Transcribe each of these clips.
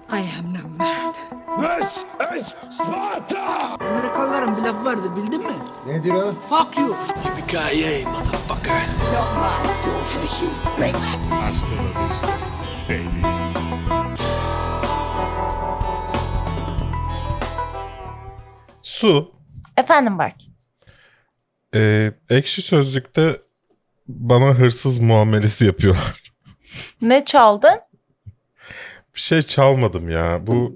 I am no man. This is Sparta! Amerikalıların bir lafı vardı, bildin mi? Nedir o? Fuck you. Yippee-ki-yay, motherfucker! Not my daughter, you bitch. Hasta la vista, baby. Su, Efendim Berk. Ekşi Sözlük'te bana hırsız muamelesi yapıyorlar. Ne çaldın? Bir şey çalmadım ya. Bu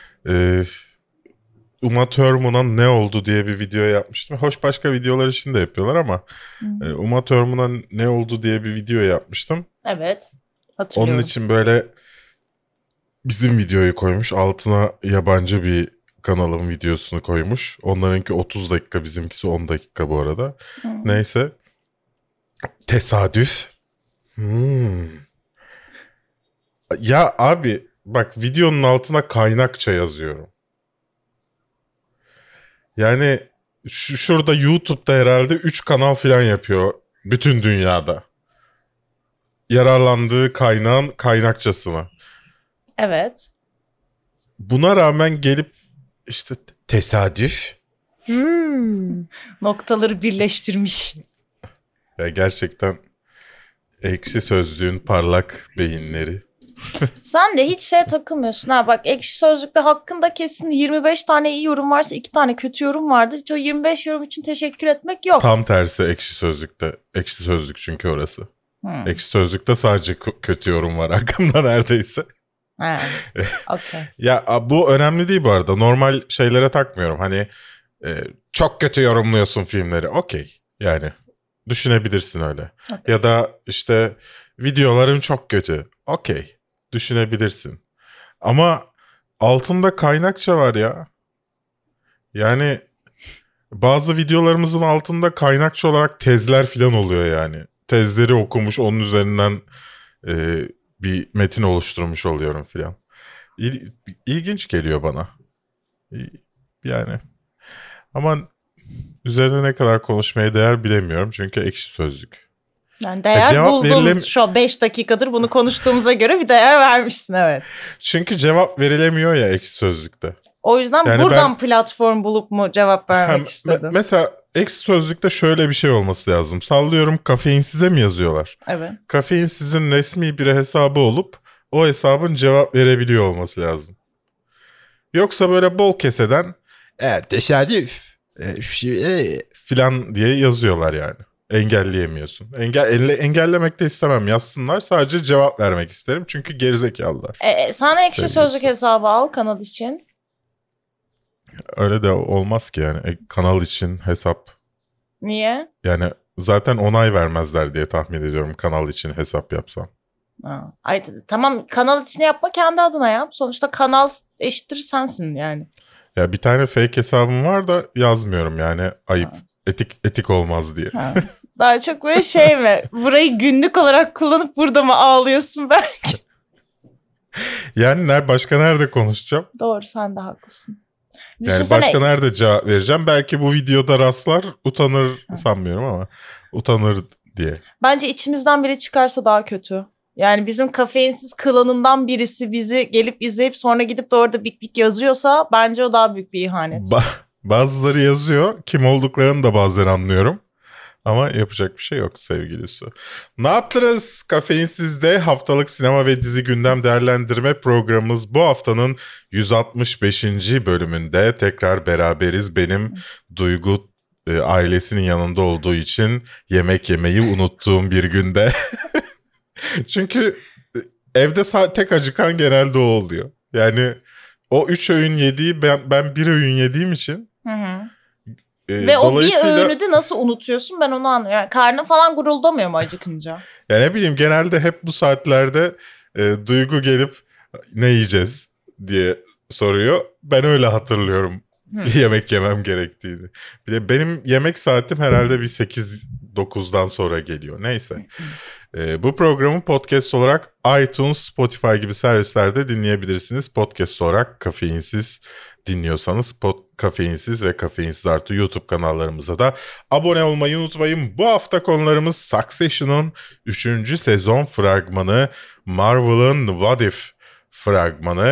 Uma Thurman'a ne oldu diye bir video yapmıştım. Hoş başka videolar için de yapıyorlar ama Uma Thurman'a ne oldu diye bir video yapmıştım. Evet. Hatırlıyorum. Onun için böyle bizim videoyu koymuş. Altına yabancı bir kanalın videosunu koymuş. Onlarınki 30 dakika, bizimkisi 10 dakika bu arada. Neyse. Tesadüf. Ya abi bak, videonun altına kaynakça yazıyorum. Yani şurada YouTube'da herhalde 3 kanal falan yapıyor bütün dünyada. Yararlandığı kaynağın kaynakçasına. Evet. Buna rağmen gelip işte tesadüf. Noktaları birleştirmiş. Ya gerçekten Ekşi Sözlüğün parlak beyinleri. Sen de hiç şeye takılmıyorsun. Ha bak, Ekşi Sözlük'te hakkında kesin 25 tane iyi yorum varsa 2 tane kötü yorum vardır. Hiç o 25 yorum için teşekkür etmek yok. Tam tersi Ekşi Sözlük'te. Ekşi Sözlük çünkü orası. Ekşi Sözlük'te sadece kötü yorum var hakkımda neredeyse. Ha. Okay. Ya bu önemli değil bu arada. Normal şeylere takmıyorum. Hani çok kötü yorumluyorsun filmleri. Okey. Yani düşünebilirsin öyle. Okay. Ya da işte videoların çok kötü. Okey. Düşünebilirsin. Ama altında kaynakça var ya. Yani bazı videolarımızın altında kaynakça olarak tezler falan oluyor yani. Tezleri okumuş, onun üzerinden bir metin oluşturmuş oluyorum falan. İlginç geliyor bana. Yani ama üzerine ne kadar konuşmaya değer bilemiyorum. Çünkü Ekşi Sözlük. Yani değer buldun. Şu 5 dakikadır bunu konuştuğumuza göre bir değer vermişsin, evet. Çünkü cevap verilemiyor ya Ekşi Sözlük'te. O yüzden yani buradan platform bulup mu cevap vermek istedin? Mesela Ekşi Sözlük'te şöyle bir şey olması lazım. Sallıyorum, Kafeinsize mi yazıyorlar? Evet. Kafeinsiz'in resmi bir hesabı olup o hesabın cevap verebiliyor olması lazım. Yoksa böyle bol keseden tesadüf filan diye yazıyorlar yani. Engelleyemiyorsun. Engellemek de istemem, yazsınlar. Sadece cevap vermek isterim çünkü gerizekalılar. Sen Ekşi Sözlük hesabı al kanal için. Öyle de olmaz ki yani. Kanal için hesap. Niye? Yani zaten onay vermezler diye tahmin ediyorum kanal için hesap yapsam. Ay, tamam, kanal için yapma, kendi adına yap. Sonuçta kanal eşittir sensin yani. Ya bir tane fake hesabım var da yazmıyorum yani, ayıp. Etik olmaz diye. Daha çok böyle şey mi? Burayı günlük olarak kullanıp burada mı ağlıyorsun belki? Yani başka nerede konuşacağım? Doğru, sen de haklısın. Yani Düşünsene, başka nerede cevap vereceğim? Belki bu videoda rastlar, utanır sanmıyorum ama utanır diye. Bence içimizden biri çıkarsa daha kötü. Yani bizim Kafeinsiz klanından birisi bizi gelip izleyip sonra gidip de orada bik bik yazıyorsa bence o daha büyük bir ihanet. Bazıları yazıyor. Kim olduklarını da bazen anlıyorum. Ama yapacak bir şey yok sevgili Su. Ne yaptınız? Kafeinsiz'de haftalık sinema ve dizi gündem değerlendirme programımız bu haftanın 165. bölümünde tekrar beraberiz. Benim Duygu ailesinin yanında olduğu için yemek yemeyi unuttuğum bir günde. Çünkü evde tek acıkan genelde o oluyor. Yani o 3 öğün yediği ben 1 öğün yediğim için. Ve o bir öğünü de nasıl unutuyorsun, ben onu anlıyorum. Yani karnın falan guruldamıyor mu acıkınca? Ya ne bileyim, genelde hep bu saatlerde Duygu gelip ne yiyeceğiz diye soruyor. Ben öyle hatırlıyorum yemek yemem gerektiğini. Bir de benim yemek saatim herhalde bir 8-9'dan sonra geliyor. Neyse. Bu programı podcast olarak iTunes, Spotify gibi servislerde dinleyebilirsiniz. Podcast olarak Kafeinsiz dinliyorsanız Kafeinsiz ve Kafeinsiz Artı YouTube kanallarımıza da abone olmayı unutmayın. Bu hafta konularımız Succession'ın 3. sezon fragmanı, Marvel'ın What If fragmanı,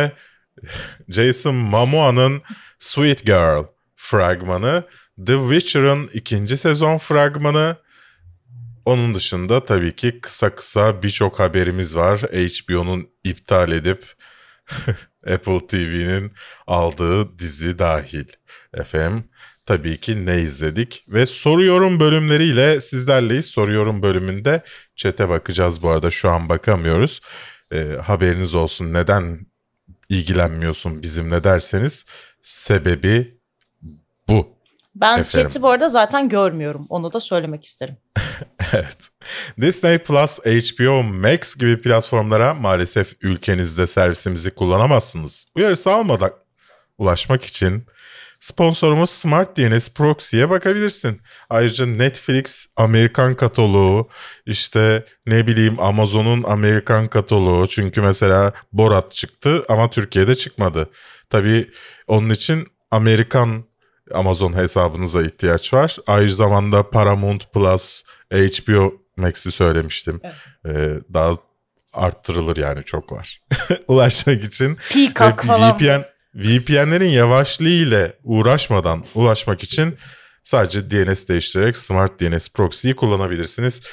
Jason Momoa'nın Sweet Girl fragmanı, The Witcher'ın 2. sezon fragmanı. Onun dışında tabii ki kısa birçok haberimiz var. HBO'nun iptal edip Apple TV'nin aldığı dizi dahil. Efendim tabii ki ne izledik ve soruyorum bölümleriyle sizlerleyiz. Soruyorum bölümünde chat'e bakacağız bu arada, şu an bakamıyoruz. Haberiniz olsun, neden ilgilenmiyorsun bizimle derseniz sebebi bu. Ben Efendim. chat'i bu arada zaten görmüyorum. Onu da söylemek isterim. Evet. Disney Plus, HBO Max gibi platformlara maalesef ülkenizde servisimizi kullanamazsınız. Uyarısı almadan ulaşmak için sponsorumuz Smart DNS Proxy'ye bakabilirsin. Ayrıca Netflix Amerikan kataloğu, işte ne bileyim Amazon'un Amerikan kataloğu. Çünkü mesela Borat çıktı ama Türkiye'de çıkmadı. Tabii onun için Amerikan Amazon hesabınıza ihtiyaç var. Aynı zamanda Paramount Plus, HBO Max'i söylemiştim. Evet. Daha arttırılır yani, çok var. Ulaşmak için. Peacock falan. VPN'lerin yavaşlığı ile uğraşmadan ulaşmak için sadece DNS değiştirerek Smart DNS Proxy'yi kullanabilirsiniz.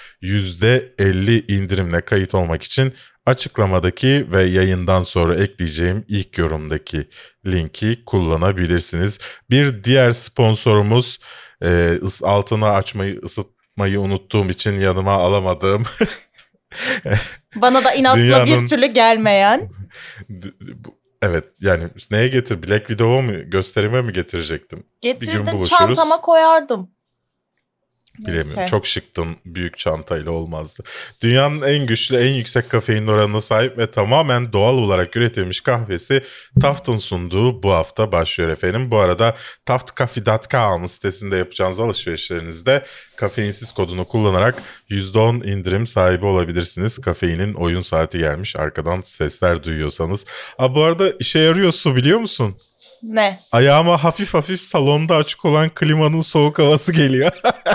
%50 indirimle kayıt olmak için açıklamadaki ve yayından sonra ekleyeceğim ilk yorumdaki linki kullanabilirsiniz. Bir diğer sponsorumuz, altını açmayı, ısıtmayı unuttuğum için yanıma alamadığım. Bana da inatla bir türlü gelmeyen. Evet, yani neye getir? Black Widow'a mı, gösterime mi getirecektim? Getirdim, çantama koyardım. Bilemiyorum. Neyse. Çok şıktın, büyük çantayla olmazdı. Dünyanın en güçlü, en yüksek kafein oranına sahip ve tamamen doğal olarak üretilmiş kahvesi Taft'ın sunduğu bu hafta başlıyor efendim. Bu arada taftcoffee.com sitesinde yapacağınız alışverişlerinizde kafeinsiz kodunu kullanarak %10 indirim sahibi olabilirsiniz. Kafeinin oyun saati gelmiş, arkadan sesler duyuyorsanız. Bu arada işe yarıyor su, biliyor musun? Ne? Ayağıma hafif hafif salonda açık olan klimanın soğuk havası geliyor.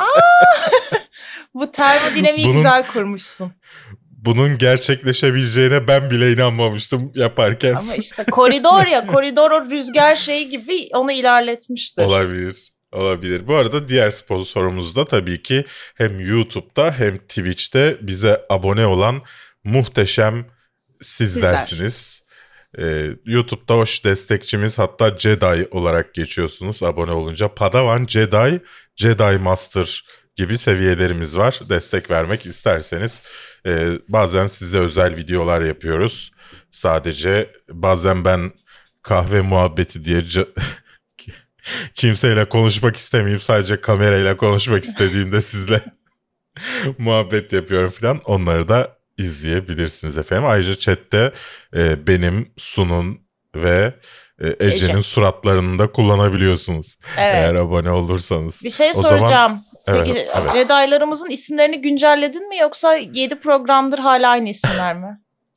Bu termodinamiği güzel kurmuşsun. Bunun gerçekleşebileceğine ben bile inanmamıştım yaparken. Ama işte koridor ya, koridor o rüzgar şeyi gibi onu ilerletmiştir. Olabilir. Bu arada diğer sponsorumuz da tabii ki hem YouTube'da hem Twitch'te bize abone olan muhteşem sizlersiniz. YouTube'da hoş destekçimiz, hatta Jedi olarak geçiyorsunuz abone olunca. Padawan, Jedi, Jedi Master gibi seviyelerimiz var. Destek vermek isterseniz bazen size özel videolar yapıyoruz. Sadece bazen ben kahve muhabbeti diye kimseyle konuşmak istemeyip sadece kamerayla konuşmak istediğimde sizle muhabbet yapıyorum falan. Onları da izleyebilirsiniz efendim. Ayrıca chatte benim, Sun'un ve Ece'nin suratlarını da kullanabiliyorsunuz. Evet. Eğer abone olursanız. Bir şey soracağım. Evet, Peki evet. Jedi'larımızın isimlerini güncelledin mi, yoksa 7 programdır hala aynı isimler mi?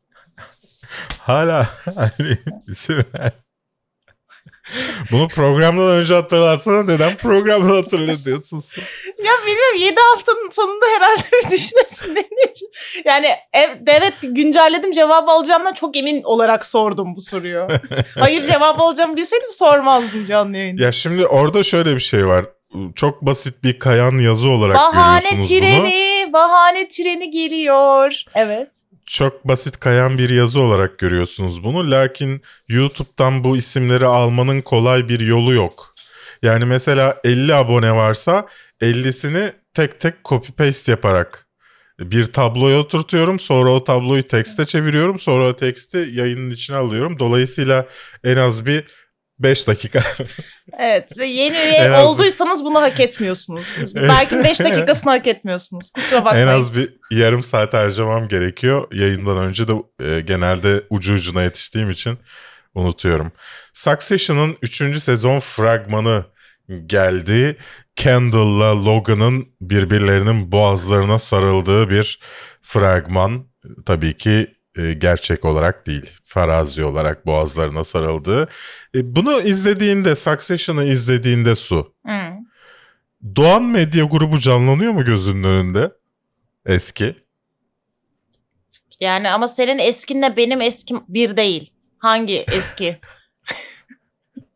Hala aynı isimler. Bunu programdan önce hatırlatsana, neden programdan hatırlatıyorsun? Ya bilmiyorum, 7 haftanın sonunda herhalde bir düşünürsün. Ne diyorsun? Yani evet güncelledim cevabı alacağımdan çok emin olarak sordum bu soruyu. Hayır cevabı alacağımı bilseydim sormazdım canlı yayında. Ya şimdi orada şöyle bir şey var. Çok basit bir kayan yazı olarak görüyorsunuz bunu. Bahane treni geliyor. Evet. Çok basit kayan bir yazı olarak görüyorsunuz bunu. Lakin YouTube'dan bu isimleri almanın kolay bir yolu yok. Yani mesela 50 abone varsa 50'sini tek tek copy paste yaparak bir tabloya oturtuyorum. Sonra o tabloyu tekste çeviriyorum. Sonra o teksti yayının içine alıyorum. Dolayısıyla en az bir 5 dakika. Evet ve yeni üye olduysanız bunu hak etmiyorsunuz. Belki 5 dakikasını hak etmiyorsunuz. Kusura bakmayın. En az bir yarım saat harcamam gerekiyor. Yayından önce de genelde ucu ucuna yetiştiğim için unutuyorum. Succession'ın 3. sezon fragmanı geldi. Kendall'la Logan'ın birbirlerinin boğazlarına sarıldığı bir fragman. Tabii ki gerçek olarak değil, farazi olarak boğazlarına sarıldığı. Bunu izlediğinde, Succession'ı izlediğinde Su, Doğan Medya Grubu canlanıyor mu gözünün önünde? Eski. Yani ama senin eskinle benim eskim bir değil. Hangi eski?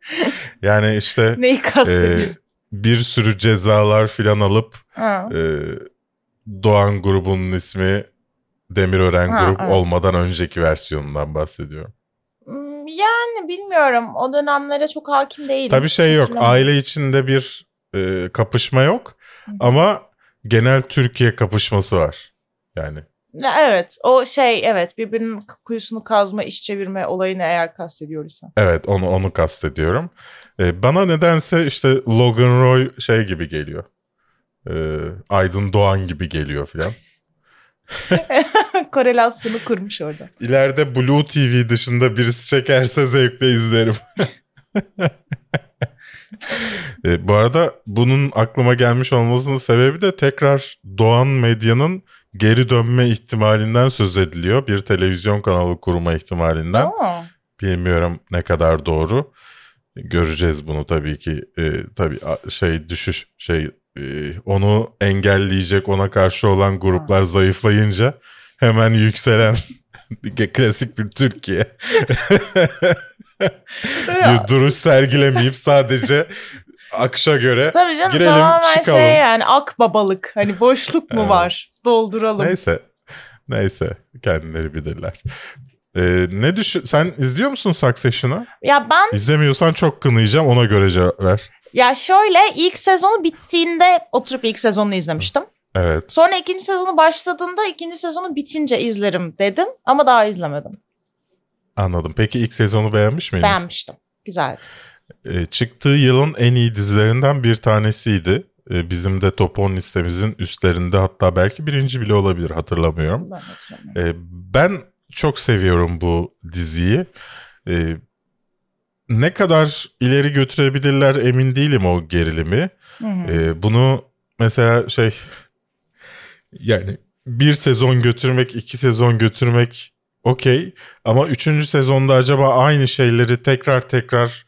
Yani işte Neyi kastediyorsun? bir sürü cezalar filan alıp Ha. Doğan grubunun ismi Demirören Ha, grup evet. olmadan önceki versiyonundan bahsediyorum. Yani bilmiyorum. O dönemlere çok hakim değilim. Tabii şey yok. Hatırlamıyorum. Aile içinde bir kapışma yok. Hı hı. Ama genel Türkiye kapışması var. Yani Ya evet. O şey evet. Birbirinin kuyusunu kazma, iş çevirme olayını eğer kastediyorsan. evet, onu kastediyorum. Bana nedense işte Logan Roy şey gibi geliyor. Aydın Doğan gibi geliyor filan. Korelasyonu kurmuş orada. İleride Blue TV dışında birisi çekerse zevkle izlerim. Bu arada bunun aklıma gelmiş olmasının sebebi de tekrar Doğan Medya'nın geri dönme ihtimalinden söz ediliyor. Bir televizyon kanalı kurma ihtimalinden. Aa. Bilmiyorum ne kadar doğru. Göreceğiz bunu tabii ki. Tabii düşüş onu engelleyecek, ona karşı olan gruplar zayıflayınca hemen yükselen klasik bir Türkiye. Bir duruş sergilemeyip sadece akışa göre Tabii canım girelim, tamamen çıkalım. şey yani akbabalık. Hani boşluk mu Evet. var? Dolduralım. Neyse kendileri bilirler. Sen izliyor musun Succession'ı? Ya ben İzlemiyorsan çok kınayacağım, ona göre cevap ver. ya şöyle ilk sezonu bittiğinde oturup ilk sezonunu izlemiştim. Evet. Sonra ikinci sezonu başladığında ikinci sezonu bitince izlerim dedim ama daha izlemedim. Anladım. Peki ilk sezonu beğenmiş miydin? Beğenmiştim. Güzeldi. Çıktığı yılın en iyi dizilerinden bir tanesiydi. Bizim de top 10 listemizin üstlerinde, hatta belki birinci bile olabilir, hatırlamıyorum. Ben hatırlamıyorum. Ben çok seviyorum bu diziyi. Ne kadar ileri götürebilirler emin değilim o gerilimi. Hı hı. Bunu mesela yani bir sezon götürmek, 2 sezon götürmek okey. Ama 3. sezonda acaba aynı şeyleri tekrar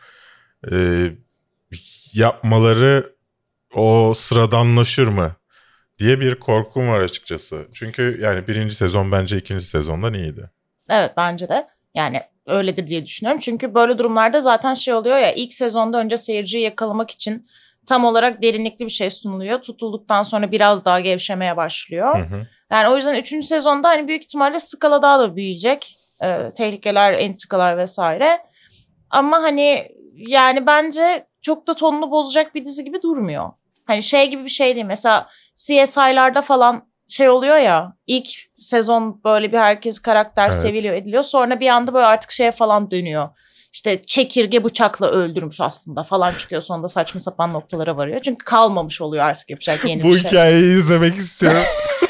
yapmaları o sıradanlaşır mı diye bir korkum var açıkçası. Çünkü yani 1. sezon bence 2. sezondan iyiydi. Evet bence de. Yani öyledir diye düşünüyorum. Çünkü böyle durumlarda zaten şey oluyor ya, ilk sezonda önce seyirciyi yakalamak için tam olarak derinlikli bir şey sunuluyor. Tutulduktan sonra biraz daha gevşemeye başlıyor. Hı hı. Yani o yüzden 3. sezonda hani büyük ihtimalle skala daha da büyüyecek. Tehlikeler, entrikalar vesaire. Ama hani yani bence çok da tonunu bozacak bir dizi gibi durmuyor. Hani şey gibi bir şey değil. Mesela CSI'larda falan şey oluyor ya, ilk sezon böyle bir herkes karakter Evet. seviliyor ediliyor. Sonra bir anda böyle artık şeye falan dönüyor. İşte çekirge bıçakla öldürmüş aslında falan çıkıyor. Sonunda saçma sapan noktalara varıyor. Çünkü kalmamış oluyor artık yapacak yeni Bu bir şey. hikayeyi izlemek istiyorum.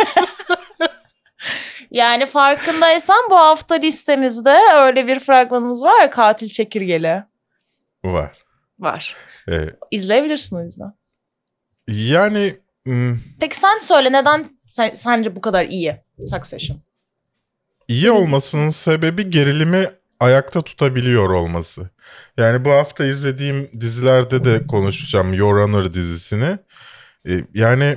Yani farkındaysan bu hafta listemizde öyle bir fragmanımız var ya, katil çekirgeli. Var. Var. Ee, İzleyebilirsin o yüzden. yani Peki sen söyle, neden sence bu kadar iyi Succession? iyi olmasının sebebi gerilimi ayakta tutabiliyor olması. Yani bu hafta izlediğim dizilerde de konuşacağım, Your Honor dizisini. Yani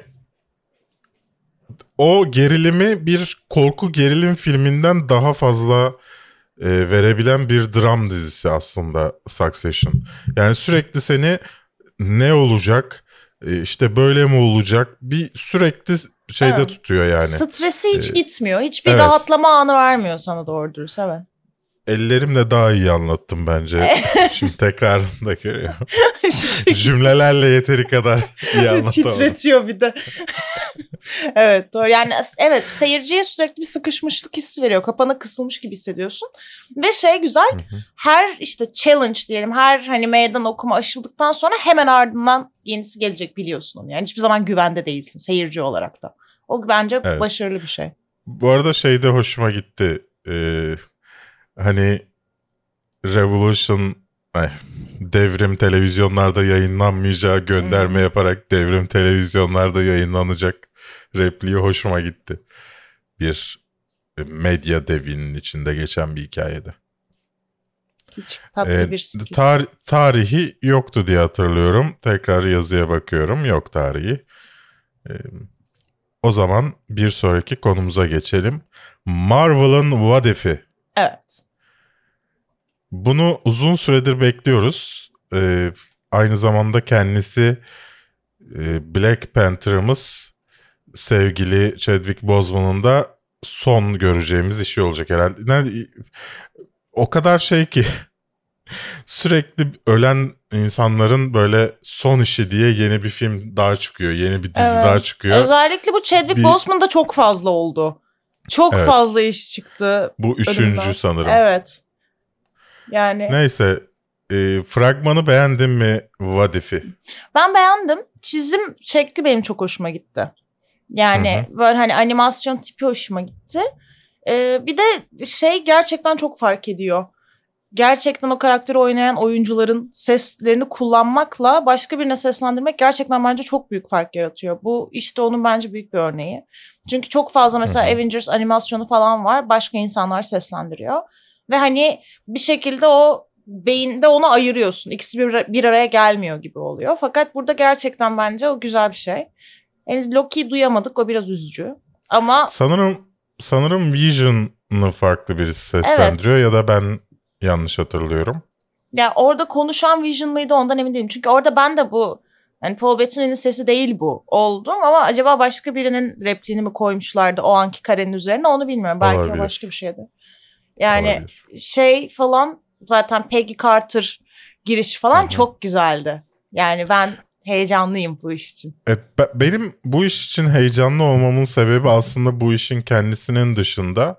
o gerilimi bir korku gerilim filminden daha fazla verebilen bir dram dizisi aslında Succession. Yani sürekli seni ne olacak, işte böyle mi olacak, bir sürekli şeyde Evet. tutuyor yani. Stresi hiç gitmiyor. Hiçbir evet. rahatlama anı vermiyor sana, doğru dürüst. Evet. Ellerimle daha iyi anlattım bence. Şimdi tekrarında görüyorum. Cümlelerle yeteri kadar iyi anlatamadım. Titretiyor bir de. Evet doğru. Yani evet, seyirciye sürekli bir sıkışmışlık hissi veriyor. Kapana kısılmış gibi hissediyorsun. Ve şey güzel, her işte challenge diyelim, her hani meydan okuma aşıldıktan sonra hemen ardından yenisi gelecek, biliyorsun onu. Yani hiçbir zaman güvende değilsin seyirci olarak da. O bence Evet. başarılı bir şey. Bu arada şey de hoşuma gitti. Hani devrim televizyonlarda yayınlanmayacağı gönderme yaparak devrim televizyonlarda yayınlanacak repliği hoşuma gitti. Bir medya devinin içinde geçen bir hikayede. Hiç tatlı bir sürpriz. Tarihi yoktu diye hatırlıyorum. Tekrar yazıya bakıyorum. Yok tarihi. O zaman bir sonraki konumuza geçelim. Marvel'ın What If'i. Evet. Bunu uzun süredir bekliyoruz. aynı zamanda kendisi Black Panther'ımız sevgili Chadwick Boseman'ın da son göreceğimiz işi olacak herhalde. O kadar şey ki sürekli ölen insanların böyle son işi diye yeni bir film daha çıkıyor. Yeni bir dizi daha çıkıyor. Özellikle bu Chadwick Boseman'da çok fazla oldu. Çok fazla iş çıktı. Bu üçüncü sanırım. Evet. Yani. Neyse. Fragmanı beğendin mi What If'i? Ben beğendim. Çizim şekli benim çok hoşuma gitti. Yani böyle hani animasyon tipi hoşuma gitti. Bir de şey gerçekten çok fark ediyor. Gerçekten o karakteri oynayan oyuncuların seslerini kullanmakla başka birine seslendirmek gerçekten bence çok büyük fark yaratıyor. Bu işte onun bence büyük bir örneği. Çünkü çok fazla mesela Avengers animasyonu falan var. Başka insanlar seslendiriyor. Ve hani bir şekilde o beyinde onu ayırıyorsun. İkisi bir araya gelmiyor gibi oluyor. Fakat burada gerçekten bence o güzel bir şey. Yani Loki'yi duyamadık. O biraz üzücü. Ama sanırım Vision'ı farklı birisi seslendiriyor ya da ben yanlış hatırlıyorum. Ya orada konuşan Vision mıydı ondan emin değilim. Çünkü orada ben de bu yani Paul Bettany'nin sesi değil bu oldum ama acaba başka birinin repliğini mi koymuşlardı o anki karenin üzerine onu bilmiyorum. Belki Olabilir. o başka bir şeydi. Yani Olabilir. şey falan zaten Peggy Carter girişi falan çok güzeldi. Yani ben heyecanlıyım bu iş için. Evet, benim bu iş için heyecanlı olmamın sebebi aslında bu işin kendisinin dışında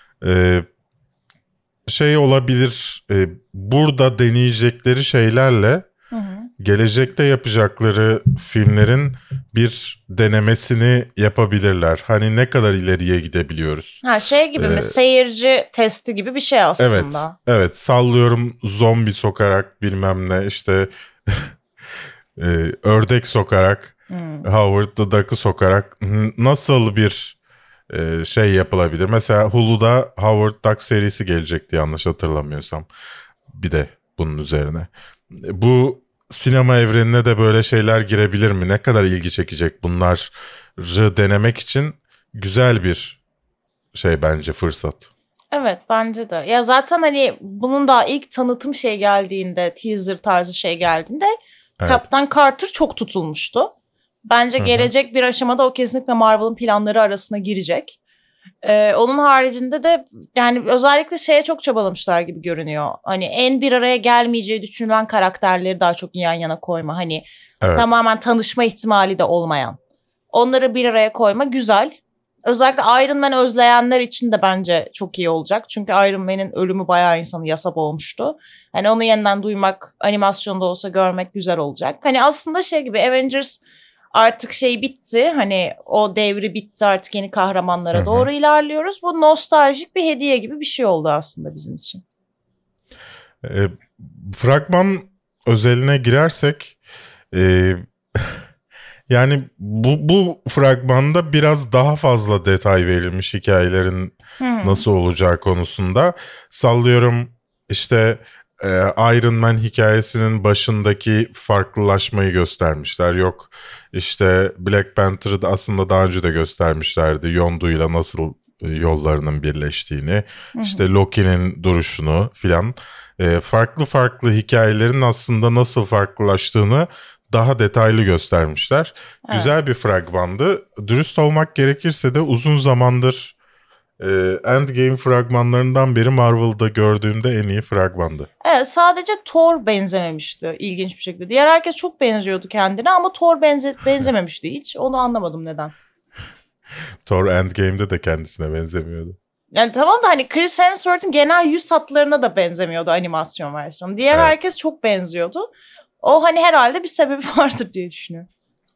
şey olabilir, burada deneyecekleri şeylerle gelecekte yapacakları filmlerin bir denemesini yapabilirler. Hani ne kadar ileriye gidebiliyoruz. Şey gibi mi? Seyirci testi gibi bir şey aslında. Evet, sallıyorum, zombi sokarak bilmem ne işte ördek sokarak, Howard the Duck'ı sokarak nasıl bir şey yapılabilir. Mesela Hulu'da Howard Duck serisi gelecekti yanlış hatırlamıyorsam. Bir de bunun üzerine. Bu sinema evrenine de böyle şeyler girebilir mi? Ne kadar ilgi çekecek bunları denemek için güzel bir şey bence, fırsat. Evet bence de. Ya zaten hani bunun daha ilk tanıtım şey geldiğinde, teaser tarzı şey geldiğinde Kaptan Carter çok tutulmuştu. Bence gelecek bir aşamada o kesinlikle Marvel'ın planları arasına girecek. Onun haricinde de yani özellikle şeye çok çabalamışlar gibi görünüyor. Hani en bir araya gelmeyeceği düşünülen karakterleri daha çok yan yana koyma. Hani tamamen tanışma ihtimali de olmayan. Onları bir araya koyma güzel. Özellikle Iron Man özleyenler için de bence çok iyi olacak. Çünkü Iron Man'in ölümü bayağı insanı yasa boğmuştu. Hani onu yeniden duymak, animasyonda olsa görmek güzel olacak. Hani aslında şey gibi Avengers artık şey bitti. Hani o devri bitti, artık yeni kahramanlara doğru ilerliyoruz. Bu nostaljik bir hediye gibi bir şey oldu aslında bizim için. Fragman özeline girersek yani bu fragmanda biraz daha fazla detay verilmiş hikayelerin nasıl olacağı konusunda. Sallıyorum işte Iron Man hikayesinin başındaki farklılaşmayı göstermişler. Yok işte Black Panther'ı da aslında daha önce de göstermişlerdi. Yondu'yla nasıl yollarının birleştiğini, işte Loki'nin duruşunu filan. Farklı hikayelerin aslında nasıl farklılaştığını daha detaylı göstermişler. Evet. Güzel bir fragmandı. Dürüst olmak gerekirse de uzun zamandır Endgame fragmanlarından beri Marvel'da gördüğümde en iyi fragmandı. Evet, sadece Thor benzememişti ilginç bir şekilde. Diğer herkes çok benziyordu kendine ama Thor benzememişti hiç. Onu anlamadım neden. Thor Endgame'de de kendisine benzemiyordu. Yani tamam da hani Chris Hemsworth'un genel yüz hatlarına da benzemiyordu animasyon versiyonu. Diğer herkes çok benziyordu. O hani herhalde bir sebebi vardır diye düşünüyorum.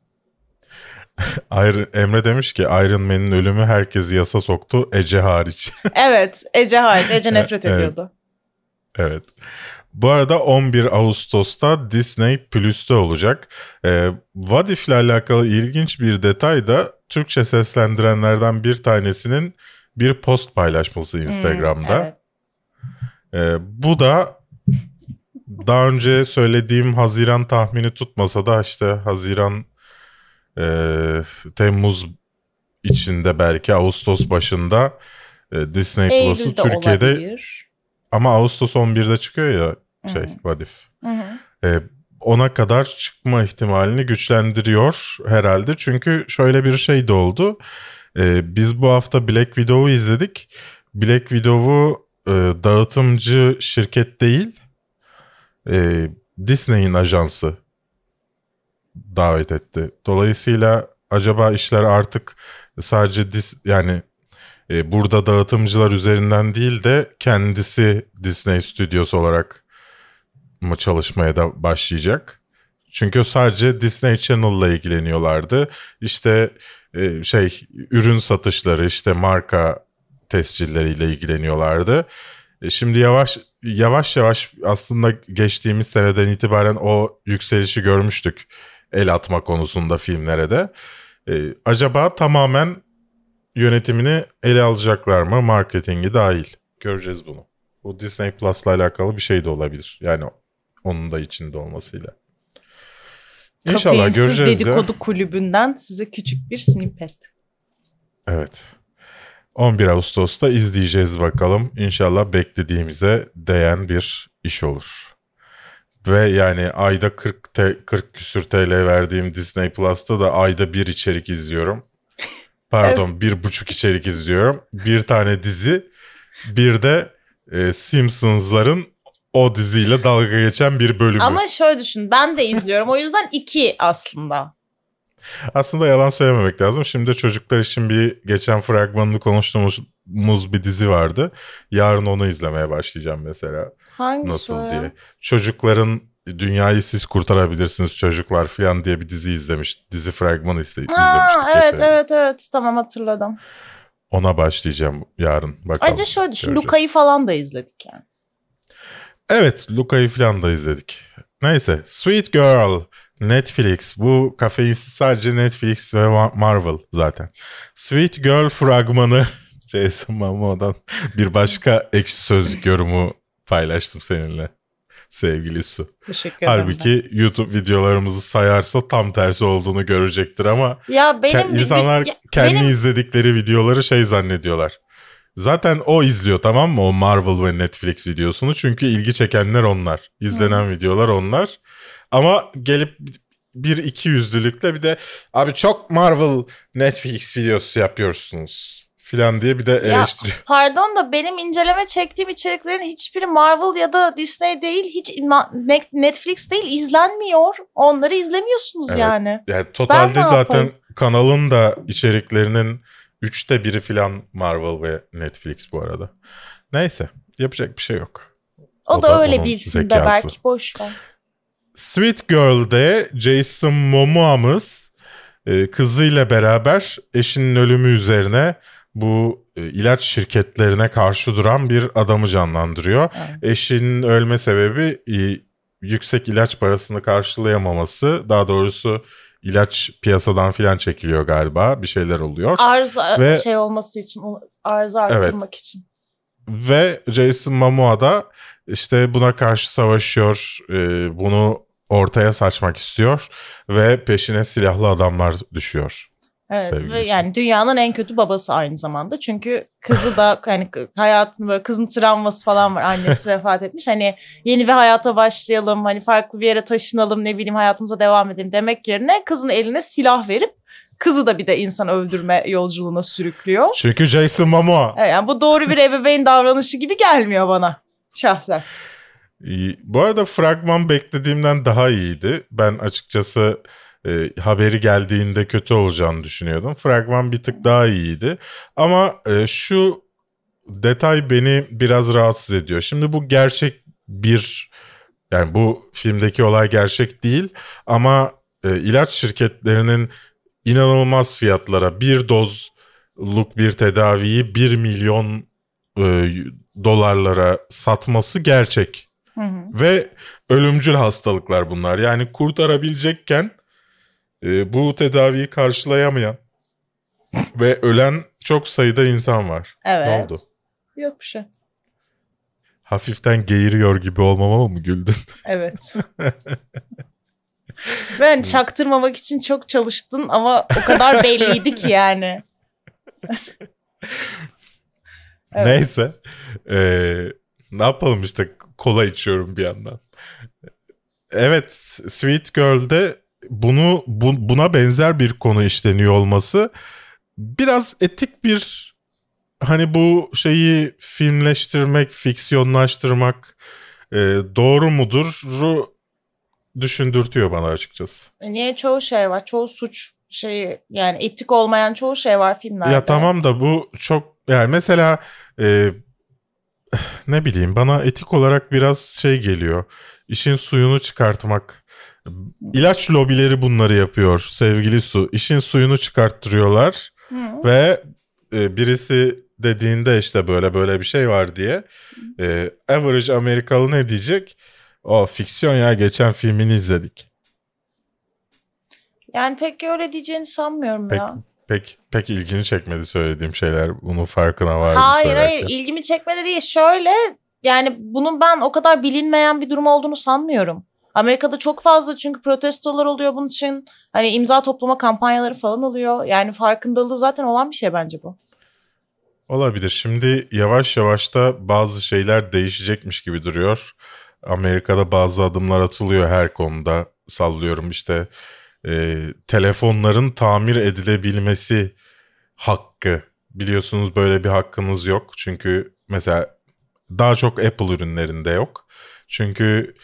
Emre demiş ki Iron Man'in ölümü herkesi yasa soktu, Ece hariç. Evet, Ece hariç. Ece nefret ediyordu. Evet. Bu arada 11 Ağustos'ta Disney Plus'ta olacak. What If'le alakalı ilginç bir detay da Türkçe seslendirenlerden bir tanesinin bir post paylaşması Instagram'da. Evet. Bu da daha önce söylediğim Haziran tahmini tutmasa da işte Haziran Temmuz içinde belki Ağustos başında Disney Plus'u Türkiye'de olabilir. Ama Ağustos 11'de çıkıyor ya What If. Ona kadar çıkma ihtimalini güçlendiriyor herhalde. Çünkü şöyle bir şey de oldu. Biz bu hafta Black Widow'u izledik. Black Widow'u dağıtımcı şirket değil, Disney'in ajansı davet etti. Dolayısıyla acaba işler artık sadece yani burada dağıtımcılar üzerinden değil de kendisi Disney Studios olarak mı çalışmaya da başlayacak? Çünkü sadece Disney Channel'la ilgileniyorlardı. İşte ürün satışları, işte marka tescilleriyle ilgileniyorlardı. Şimdi yavaş aslında geçtiğimiz seneden itibaren o yükselişi görmüştük el atma konusunda filmlere de. Acaba tamamen yönetimini ele alacaklar mı? Marketingi dahil. Göreceğiz bunu. Bu Disney Plus'la alakalı bir şey de olabilir. Yani onun da içinde olmasıyla. İnşallah Kafeinsiz göreceğiz ya. dedikodu kulübünden size küçük bir snippet. Evet. 11 Ağustos'ta izleyeceğiz bakalım. İnşallah beklediğimize değen bir iş olur. Ve yani ayda 40 küsür TL verdiğim Disney Plus'ta da ayda bir içerik izliyorum. Pardon, evet. 1,5 içerik izliyorum. Bir tane dizi, bir de Simpsons'ların o diziyle dalga geçen bir bölümü. Ama şöyle düşün, ben de izliyorum. O yüzden 2 aslında. Aslında yalan söylememek lazım. Şimdi çocuklar için geçen fragmanını konuştuğumuz bir dizi vardı. Yarın onu izlemeye başlayacağım mesela. Hangisi nasıl o ya? diye. Çocukların dünyayı siz kurtarabilirsiniz çocuklar falan diye bir dizi izlemiş. Dizi fragmanı izlemiştik. Evet. Tamam, hatırladım. Ona başlayacağım yarın. Bakalım. Ayrıca şöyle düşün. Luka'yı falan da izledik yani. Evet, Luka'yı falan da izledik. Neyse, Sweet Girl, Netflix. Bu kafeinsiz sadece Netflix ve Marvel zaten. Sweet Girl fragmanı Jason Momoa'dan bir başka ekşi sözlük yorumu paylaştım seninle. Sevgili Su. Teşekkür ederim. Halbuki YouTube videolarımızı sayarsa tam tersi olduğunu görecektir ama ya insanlar kendi izledikleri videoları zannediyorlar. Zaten o izliyor, tamam mı, o Marvel ve Netflix videosunu, çünkü ilgi çekenler onlar. İzlenen videolar onlar. Ama gelip bir iki yüzlülükle bir de abi çok Marvel Netflix videosu yapıyorsunuz filan diye bir de eleştiriyor. Pardon da benim inceleme çektiğim içeriklerin hiçbiri Marvel ya da Disney değil, hiç Netflix değil, izlenmiyor. Onları izlemiyorsunuz yani. Yani totalde zaten kanalın da içeriklerinin 3'te 1'i filan Marvel ve Netflix bu arada. Neyse, yapacak bir şey yok. O da öyle bilsin de belki, boş ver. Sweet Girl'de Jason Momoa'mız kızıyla beraber eşinin ölümü üzerine bu ilaç şirketlerine karşı duran bir adamı canlandırıyor. Evet. Eşinin ölme sebebi yüksek ilaç parasını karşılayamaması. Daha doğrusu ilaç piyasadan filan çekiliyor galiba. Bir şeyler oluyor. Arz olması için, arzı arttırmak için. Ve Jason Momoa da işte buna karşı savaşıyor. Bunu ortaya saçmak istiyor. Ve peşine silahlı adamlar düşüyor. Evet, ve yani dünyanın en kötü babası aynı zamanda. Çünkü kızı da hani hayatında böyle kızın travması falan var. Annesi vefat etmiş. Hani yeni bir hayata başlayalım, hani farklı bir yere taşınalım, ne bileyim hayatımıza devam edelim demek yerine kızın eline silah verip kızı da bir de insan öldürme yolculuğuna sürüklüyor. Çünkü Jason Momoa. Evet, yani bu doğru bir ebeveyn davranışı gibi gelmiyor bana şahsen. Bu arada fragman beklediğimden daha iyiydi. Ben açıkçası haberi geldiğinde kötü olacağını düşünüyordum. Fragman bir tık daha iyiydi. Ama şu detay beni biraz rahatsız ediyor. Şimdi bu gerçek yani bu filmdeki olay gerçek değil. Ama ilaç şirketlerinin inanılmaz fiyatlara bir dozluk bir tedaviyi 1 milyon dolarlara satması gerçek. Hı hı. Ve ölümcül hastalıklar bunlar. Yani kurtarabilecekken bu tedaviyi karşılayamayan ve ölen çok sayıda insan var. Evet. Ne oldu? Yok bir şey. Hafiften geğiriyor gibi olmama mı güldün? Evet. Ben çaktırmamak için çok çalıştın ama o kadar belliydi ki yani. Evet. Neyse. Ne yapalım işte, kola içiyorum bir yandan. evet, Sweet Girl'de buna benzer bir konu işleniyor olması biraz etik bir, hani bu şeyi filmleştirmek, fiksiyonlaştırmak doğru mudur düşündürtüyor bana açıkçası. Niye çoğu şey var? Çoğu suç şeyi, yani etik olmayan çoğu şey var filmlerde. Ya tamam da bu çok, yani mesela ne bileyim, bana etik olarak biraz şey geliyor. İşin suyunu çıkartmak. İlaç lobileri bunları yapıyor sevgili Su. İşin suyunu çıkarttırıyorlar ve birisi dediğinde işte böyle bir şey var diye average Amerikalı ne diyecek? O fiksiyon ya, geçen filmini izledik. Yani pek öyle diyeceğini sanmıyorum ya. Pek ilgini çekmedi söylediğim şeyler. Bunun farkına vardım Hayır söylerken. ilgimi çekmedi değil. Şöyle, yani bunun ben o kadar bilinmeyen bir durum olduğunu sanmıyorum. Amerika'da çok fazla çünkü protestolar oluyor bunun için. Hani imza toplama kampanyaları falan oluyor. Yani farkındalığı zaten olan bir şey bence bu. Olabilir. Şimdi yavaş yavaş da bazı şeyler değişecekmiş gibi duruyor. Amerika'da bazı adımlar atılıyor her konuda. Sallıyorum işte telefonların tamir edilebilmesi hakkı. Biliyorsunuz böyle bir hakkınız yok. Çünkü mesela daha çok Apple ürünlerinde yok. Çünkü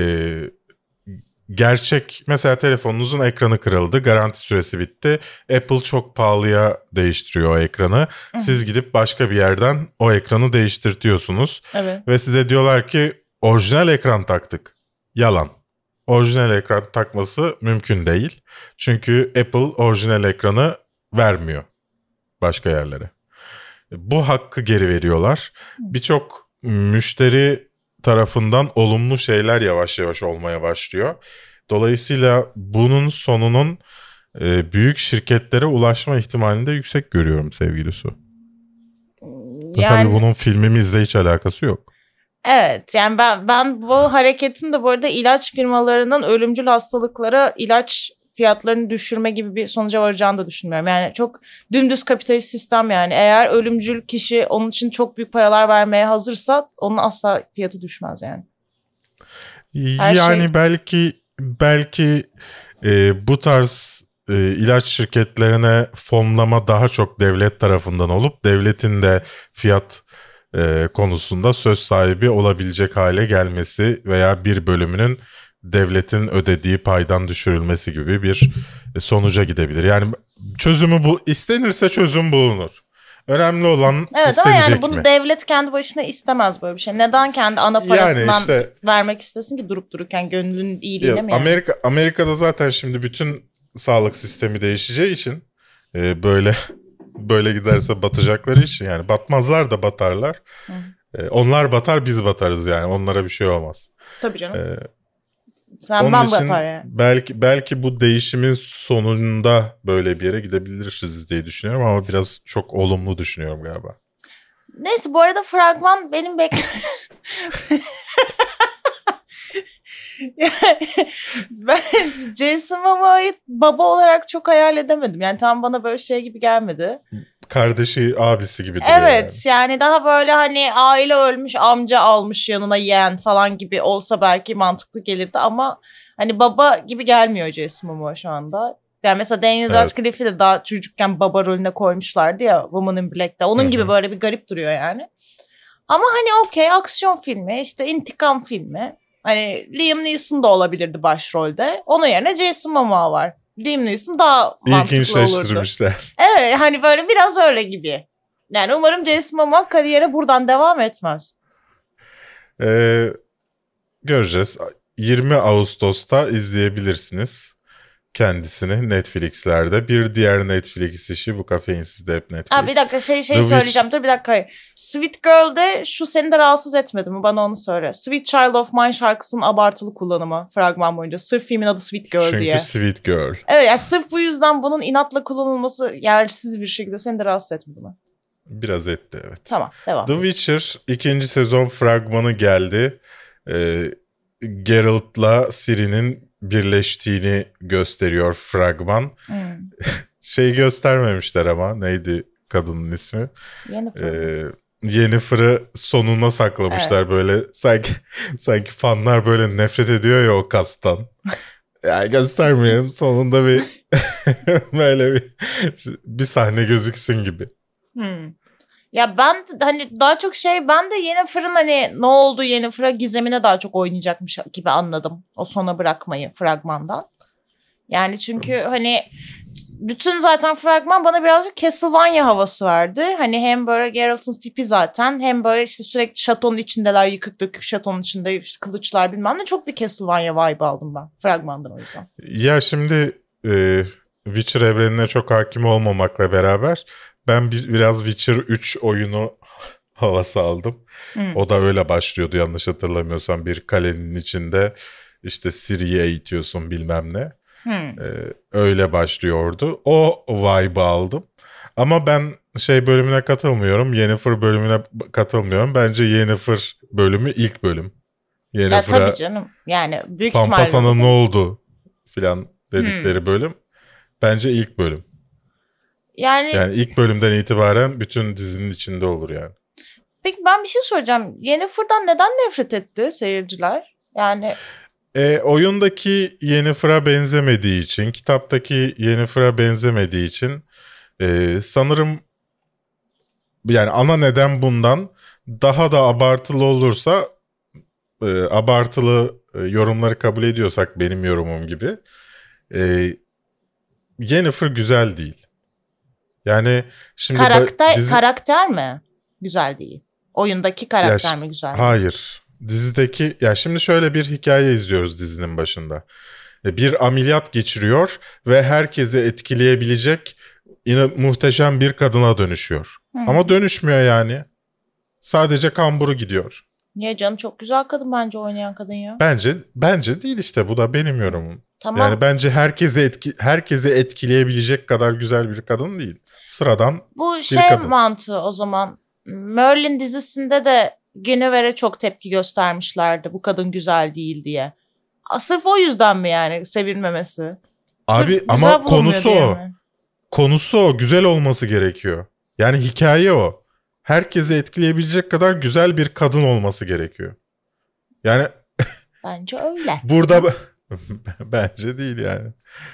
gerçek, mesela telefonunuzun ekranı kırıldı, garanti süresi bitti. Apple çok pahalıya değiştiriyor o ekranı. Siz gidip başka bir yerden o ekranı değiştirtiyorsunuz. Evet. Ve size diyorlar ki orijinal ekran taktık. Yalan. Orijinal ekran takması mümkün değil. Çünkü Apple orijinal ekranı vermiyor başka yerlere. Bu hakkı geri veriyorlar. Birçok müşteri tarafından olumlu şeyler yavaş yavaş olmaya başlıyor. Dolayısıyla bunun sonunun büyük şirketlere ulaşma ihtimalini de yüksek görüyorum sevgili Su. Yani, tabii bunun filmimizle hiç alakası yok. Evet, yani ben bu hareketin de bu arada ilaç firmalarının ölümcül hastalıklara ilaç fiyatlarını düşürme gibi bir sonuca varacağını da düşünmüyorum. Yani çok dümdüz kapitalist sistem yani. Eğer ölümcül kişi onun için çok büyük paralar vermeye hazırsa onun asla fiyatı düşmez yani. Yani belki bu tarz ilaç şirketlerine fonlama daha çok devlet tarafından olup devletin de fiyat konusunda söz sahibi olabilecek hale gelmesi veya bir bölümünün devletin ödediği paydan düşürülmesi gibi bir sonuca gidebilir. Yani çözümü istenirse çözüm bulunur. Önemli olan evet, istenecek ama yani mi? bunu devlet kendi başına istemez böyle bir şey. Neden kendi ana parasından Yani işte, vermek istesin ki durup dururken gönlünün iyiliğine mi yani? Amerika'da zaten şimdi bütün sağlık sistemi değişeceği için böyle giderse batacakları için, yani batmazlar da batarlar. Onlar batar, biz batarız yani, onlara bir şey olmaz. Tabii canım. Onun ben için batar yani. belki bu değişimin sonunda böyle bir yere gidebiliriz diye düşünüyorum ama biraz çok olumlu düşünüyorum galiba. Neyse, bu arada fragman benim ben Jason Momoa'yı baba olarak çok hayal edemedim. Yani tam bana böyle şey gibi gelmedi. Kardeşi, abisi gibi duruyor. Evet yani daha böyle hani aile ölmüş, amca almış yanına yeğen falan gibi olsa belki mantıklı gelirdi ama hani baba gibi gelmiyor Jason Momoa şu anda. Yani mesela Daniel Radcliffe'i de daha çocukken baba rolüne koymuşlardı ya Woman in Black'te. Onun gibi böyle bir garip duruyor yani. Ama hani okey, aksiyon filmi, işte intikam filmi. Hani Liam Neeson da olabilirdi başrolde. Onun yerine Jason Momoa var. Liam Neeson daha mantıklı olurdu. İlginçleştirmişler. Evet, hani böyle biraz öyle gibi. Yani umarım Jason Momoa kariyere buradan devam etmez. Göreceğiz. 20 Ağustos'ta izleyebilirsiniz kendisini Netflix'lerde. Bir diğer Netflix işi bu Kafeinsiz'de hep Netflix. Bir dakika şey söyleyeceğim. Dur bir dakika. Hayır. Sweet Girl'de şu seni de rahatsız etmedi mi? Bana onu söyle. Sweet Child of Mine şarkısının abartılı kullanımı fragman boyunca. Sırf filmin adı Sweet Girl diye. Çünkü Sweet Girl. Evet, yani sırf bu yüzden bunun inatla kullanılması yersiz bir şekilde seni de rahatsız etmedi mi? Biraz etti, evet. Tamam, devam. The Witcher 2. sezon fragmanı geldi. Geralt'la Ciri'nin birleştiğini gösteriyor fragman. Hmm. Göstermemişler ama, neydi kadının ismi? Yennefer. Yennefer'ı sonuna saklamışlar böyle. Sanki fanlar böyle nefret ediyor ya o kastan. Ya göstermiyorum. Sonunda bir böyle bir sahne gözüksün gibi. Ya ben hani daha çok ben de Yennefer'ın hani ne oldu Yennefer'a gizemine daha çok oynayacakmış gibi anladım. O sona bırakmayı fragmandan. Yani çünkü hani bütün zaten fragman bana birazcık Castlevania havası verdi. Hani hem böyle Geralt'ın tipi zaten hem böyle işte sürekli şatonun içindeler, yıkık dökük şatonun içinde işte kılıçlar bilmem ne, çok bir Castlevania vibe aldım ben fragmandan o yüzden. Ya şimdi Witcher evrenine çok hakim olmamakla beraber ben biraz Witcher 3 oyunu havası aldım. O da öyle başlıyordu yanlış hatırlamıyorsam, bir kalenin içinde işte Ciri'yi eğitiyorsun bilmem ne. Öyle başlıyordu. O vibe'ı aldım. Ama ben bölümüne katılmıyorum. Yennefer bölümüne katılmıyorum. Bence Yennefer bölümü ilk bölüm. Ya tabii canım. Yani büyük ihtimalle. Pampa sana ne oldu filan dedikleri bölüm. Bence ilk bölüm. Yani ilk bölümden itibaren bütün dizinin içinde olur yani. Peki ben bir şey soracağım. Yennefer'dan neden nefret etti seyirciler? Yani oyundaki Yennefer'a benzemediği için, kitaptaki Yennefer'a benzemediği için sanırım yani ana neden bundan. Daha da abartılı olursa, abartılı yorumları kabul ediyorsak benim yorumum gibi, Yennefer güzel değil. Yani şimdi karakter mi güzel değil? Oyundaki karakter mi güzel değil? Hayır. Dizideki, ya şimdi şöyle bir hikaye izliyoruz dizinin başında. Bir ameliyat geçiriyor ve herkesi etkileyebilecek muhteşem bir kadına dönüşüyor. Ama dönüşmüyor yani. Sadece kamburu gidiyor. Niye canım, çok güzel kadın bence oynayan kadın ya. Bence değil işte, bu da benim yorumum. Tamam. Yani bence herkesi etkileyebilecek kadar güzel bir kadın değil. Sıradan bu bir kadın. Mantığı o zaman. Merlin dizisinde de Guinevere'e çok tepki göstermişlerdi bu kadın güzel değil diye. Sırf o yüzden mi yani sevilmemesi? Abi ama konusu o. Konusu o. Güzel olması gerekiyor. Yani hikaye o. Herkesi etkileyebilecek kadar güzel bir kadın olması gerekiyor. Yani bence öyle. Burada bence değil yani.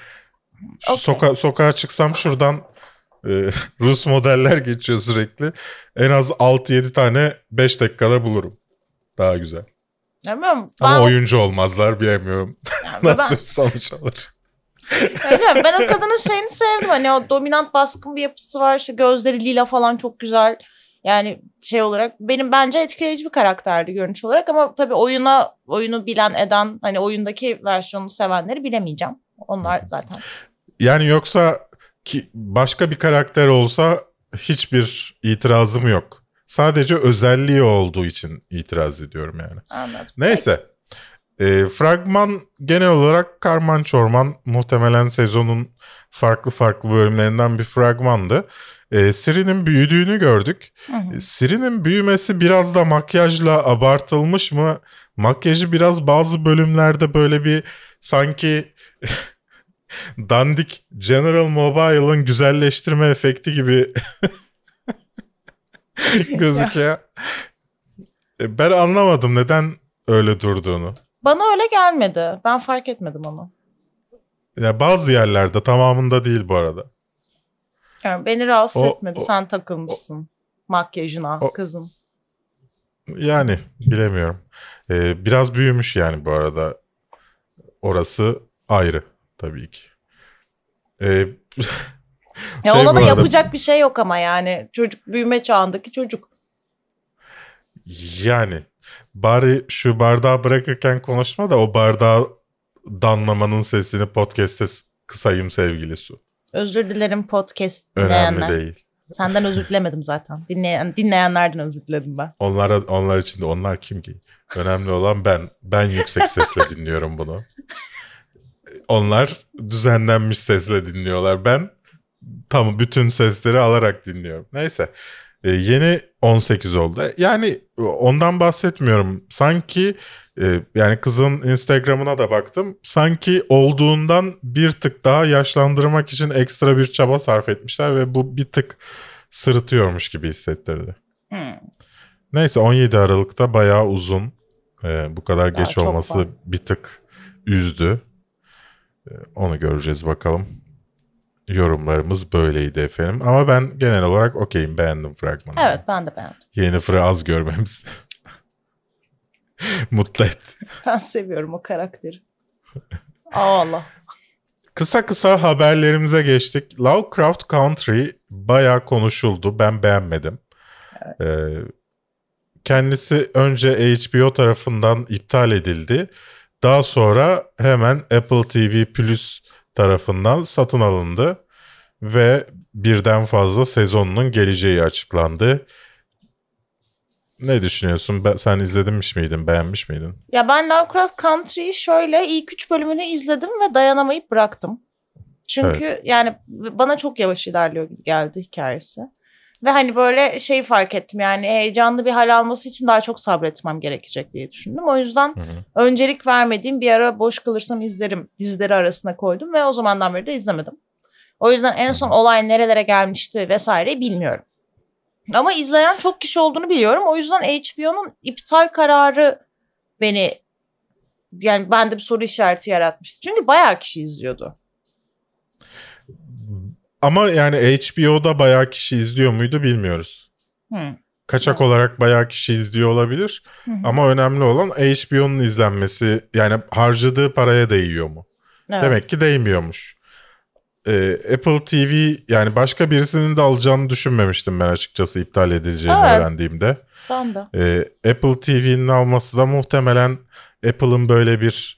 Sokağa çıksam şuradan Rus modeller geçiyor sürekli. En az 6-7 tane 5 dakikada bulurum. Daha güzel. Bilmiyorum. Ama oyuncu olmazlar, bilemiyorum. Yani nasıl sonuç alır. Öyle mi? Ben o kadının sevdim. Hani o dominant baskın bir yapısı var. İşte gözleri lila falan çok güzel. Yani olarak benim bence etkileyici bir karakterdi görünüş olarak, ama tabii oyunu bilen eden, hani oyundaki versiyonunu sevenleri bilemeyeceğim. Onlar zaten. Yani yoksa ki başka bir karakter olsa hiçbir itirazım yok. Sadece özelliği olduğu için itiraz ediyorum yani. Anladım. Neyse. Fragman genel olarak karman çorman, muhtemelen sezonun farklı bölümlerinden bir fragmandı. Ciri'nin büyüdüğünü gördük. Ciri'nin büyümesi biraz da makyajla abartılmış mı? Makyajı biraz bazı bölümlerde böyle bir sanki dandik General Mobile'ın güzelleştirme efekti gibi gözüküyor. Ben anlamadım neden öyle durduğunu. Bana öyle gelmedi. Ben fark etmedim onu. Ya bazı yerlerde, tamamında değil bu arada. Yani beni rahatsız etmedi. Sen takılmışsın makyajına kızım. Yani bilemiyorum. Biraz büyümüş yani bu arada. Orası ayrı tabii ki. Ya ona da yapacak bir şey yok ama yani. Çocuk büyüme çağındaki çocuk. Yani bari şu bardağı bırakırken konuşma da o bardağı damlamanın sesini podcast'te kısayım sevgili Su. Özür dilerim podcast dinleyenler. Önemli değil. Senden özür dilemedim zaten. Dinleyenlerden özür diledim ben. Onlar için de, onlar kim ki? Önemli olan ben. Ben yüksek sesle dinliyorum bunu. Onlar düzenlenmiş sesle dinliyorlar. Ben tam bütün sesleri alarak dinliyorum. Neyse. Yeni 18 oldu. Yani ondan bahsetmiyorum. Sanki yani kızın Instagram'ına da baktım. Sanki olduğundan bir tık daha yaşlandırmak için ekstra bir çaba sarf etmişler ve bu bir tık sırıtıyormuş gibi hissettirdi. Neyse 17 Aralık'ta bayağı uzun. Bu kadar Daha geç çok olması var. bir tık üzdü. Onu göreceğiz bakalım. Yorumlarımız böyleydi efendim. Ama ben genel olarak okeyim. Beğendim fragmanı. Evet, ben de beğendim. Yennefer'ı az görmemiz mutlu et. Ben seviyorum o karakteri. Allah. Kısa kısa haberlerimize geçtik. Lovecraft Country bayağı konuşuldu. Ben beğenmedim. Kendisi önce HBO tarafından iptal edildi. Daha sonra hemen Apple TV Plus tarafından satın alındı. Ve birden fazla sezonunun geleceği açıklandı. Ne düşünüyorsun? Sen izlemiş miydin? Beğenmiş miydin? Ya ben Lovecraft Country'yi şöyle ilk 3 bölümünü izledim ve dayanamayıp bıraktım. Çünkü yani bana çok yavaş ilerliyor gibi geldi hikayesi. Ve hani böyle şey fark ettim, yani heyecanlı bir hal alması için daha çok sabretmem gerekecek diye düşündüm. O yüzden öncelik vermediğim, bir ara boş kalırsam izlerim dizileri arasına koydum ve o zamandan beri de izlemedim. O yüzden en son olay nerelere gelmişti vesaire bilmiyorum. Ama izleyen çok kişi olduğunu biliyorum. O yüzden HBO'nun iptal kararı beni, yani bende bir soru işareti yaratmıştı. Çünkü bayağı kişi izliyordu. Ama yani HBO'da bayağı kişi izliyor muydu bilmiyoruz. Kaçak olarak bayağı kişi izliyor olabilir. Ama önemli olan HBO'nun izlenmesi, yani harcadığı paraya değiyor mu? Evet. Demek ki değmiyormuş. Apple TV, yani başka birisinin de alacağını düşünmemiştim ben açıkçası iptal edileceğini öğrendiğimde. Ben de. Apple TV'nin alması da muhtemelen Apple'ın böyle bir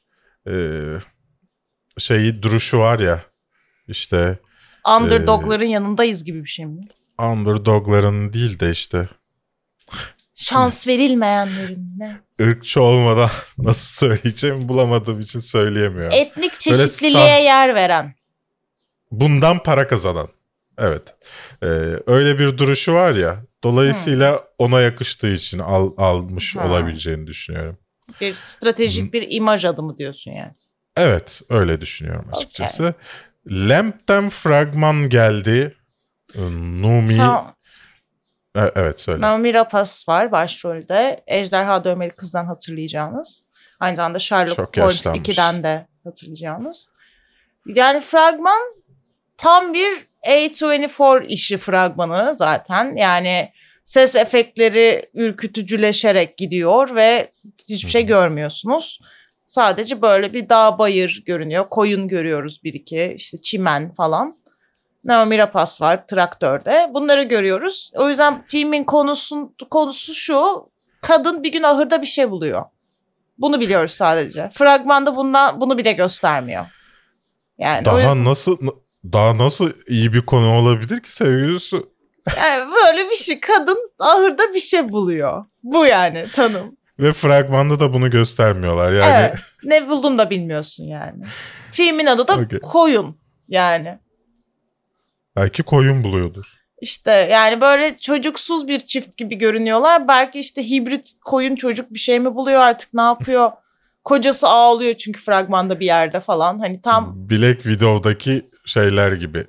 duruşu var ya, işte Underdog'ların yanındayız gibi bir şey mi? Underdog'ların değil de işte Şans verilmeyenlerin ne? ırkçı olmadan nasıl söyleyeceğimi bulamadığım için söyleyemiyorum. Etnik çeşitliliğe yer veren. Bundan para kazanan. Evet. Öyle bir duruşu var ya. Dolayısıyla ona yakıştığı için almış olabileceğini düşünüyorum. Bir stratejik bir imaj adımı diyorsun yani. Evet, öyle düşünüyorum açıkçası. Lamp'ten fragman geldi. Noomi. Evet, söyle. Noomi Rapace var başrolde. Ejderha Dövmeli Kız'dan hatırlayacağınız. Aynı zamanda Sherlock Çok Holmes yaşlanmış. 2'den de hatırlayacağınız. Yani fragman tam bir A24 işi fragmanı zaten. Yani ses efektleri ürkütücüleşerek gidiyor ve hiçbir şey görmüyorsunuz. Sadece böyle bir dağ bayır görünüyor. Koyun görüyoruz bir iki. İşte çimen falan. Noomi Rapace var traktörde. Bunları görüyoruz. O yüzden filmin konusu şu. Kadın bir gün ahırda bir şey buluyor. Bunu biliyoruz sadece. Fragmanda bunu bile göstermiyor. Yani daha nasıl iyi bir konu olabilir ki sevgilisi? Yani böyle bir şey. Kadın ahırda bir şey buluyor. Bu yani tanım. Ve fragmanda da bunu göstermiyorlar yani. Evet. Ne buldun da bilmiyorsun yani. Filmin adı da Koyun yani. Belki koyun buluyordur. İşte yani böyle çocuksuz bir çift gibi görünüyorlar. Belki işte hibrit koyun çocuk bir şey mi buluyor artık, ne yapıyor? Kocası ağlıyor çünkü fragmanda bir yerde falan. Hani tam Black Widow'daki şeyler gibi.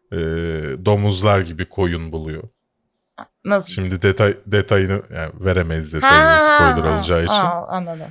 Domuzlar gibi koyun buluyor. nasıl? Şimdi detayını yani veremeyiz, detayını spoiler olacağı için. Anladım.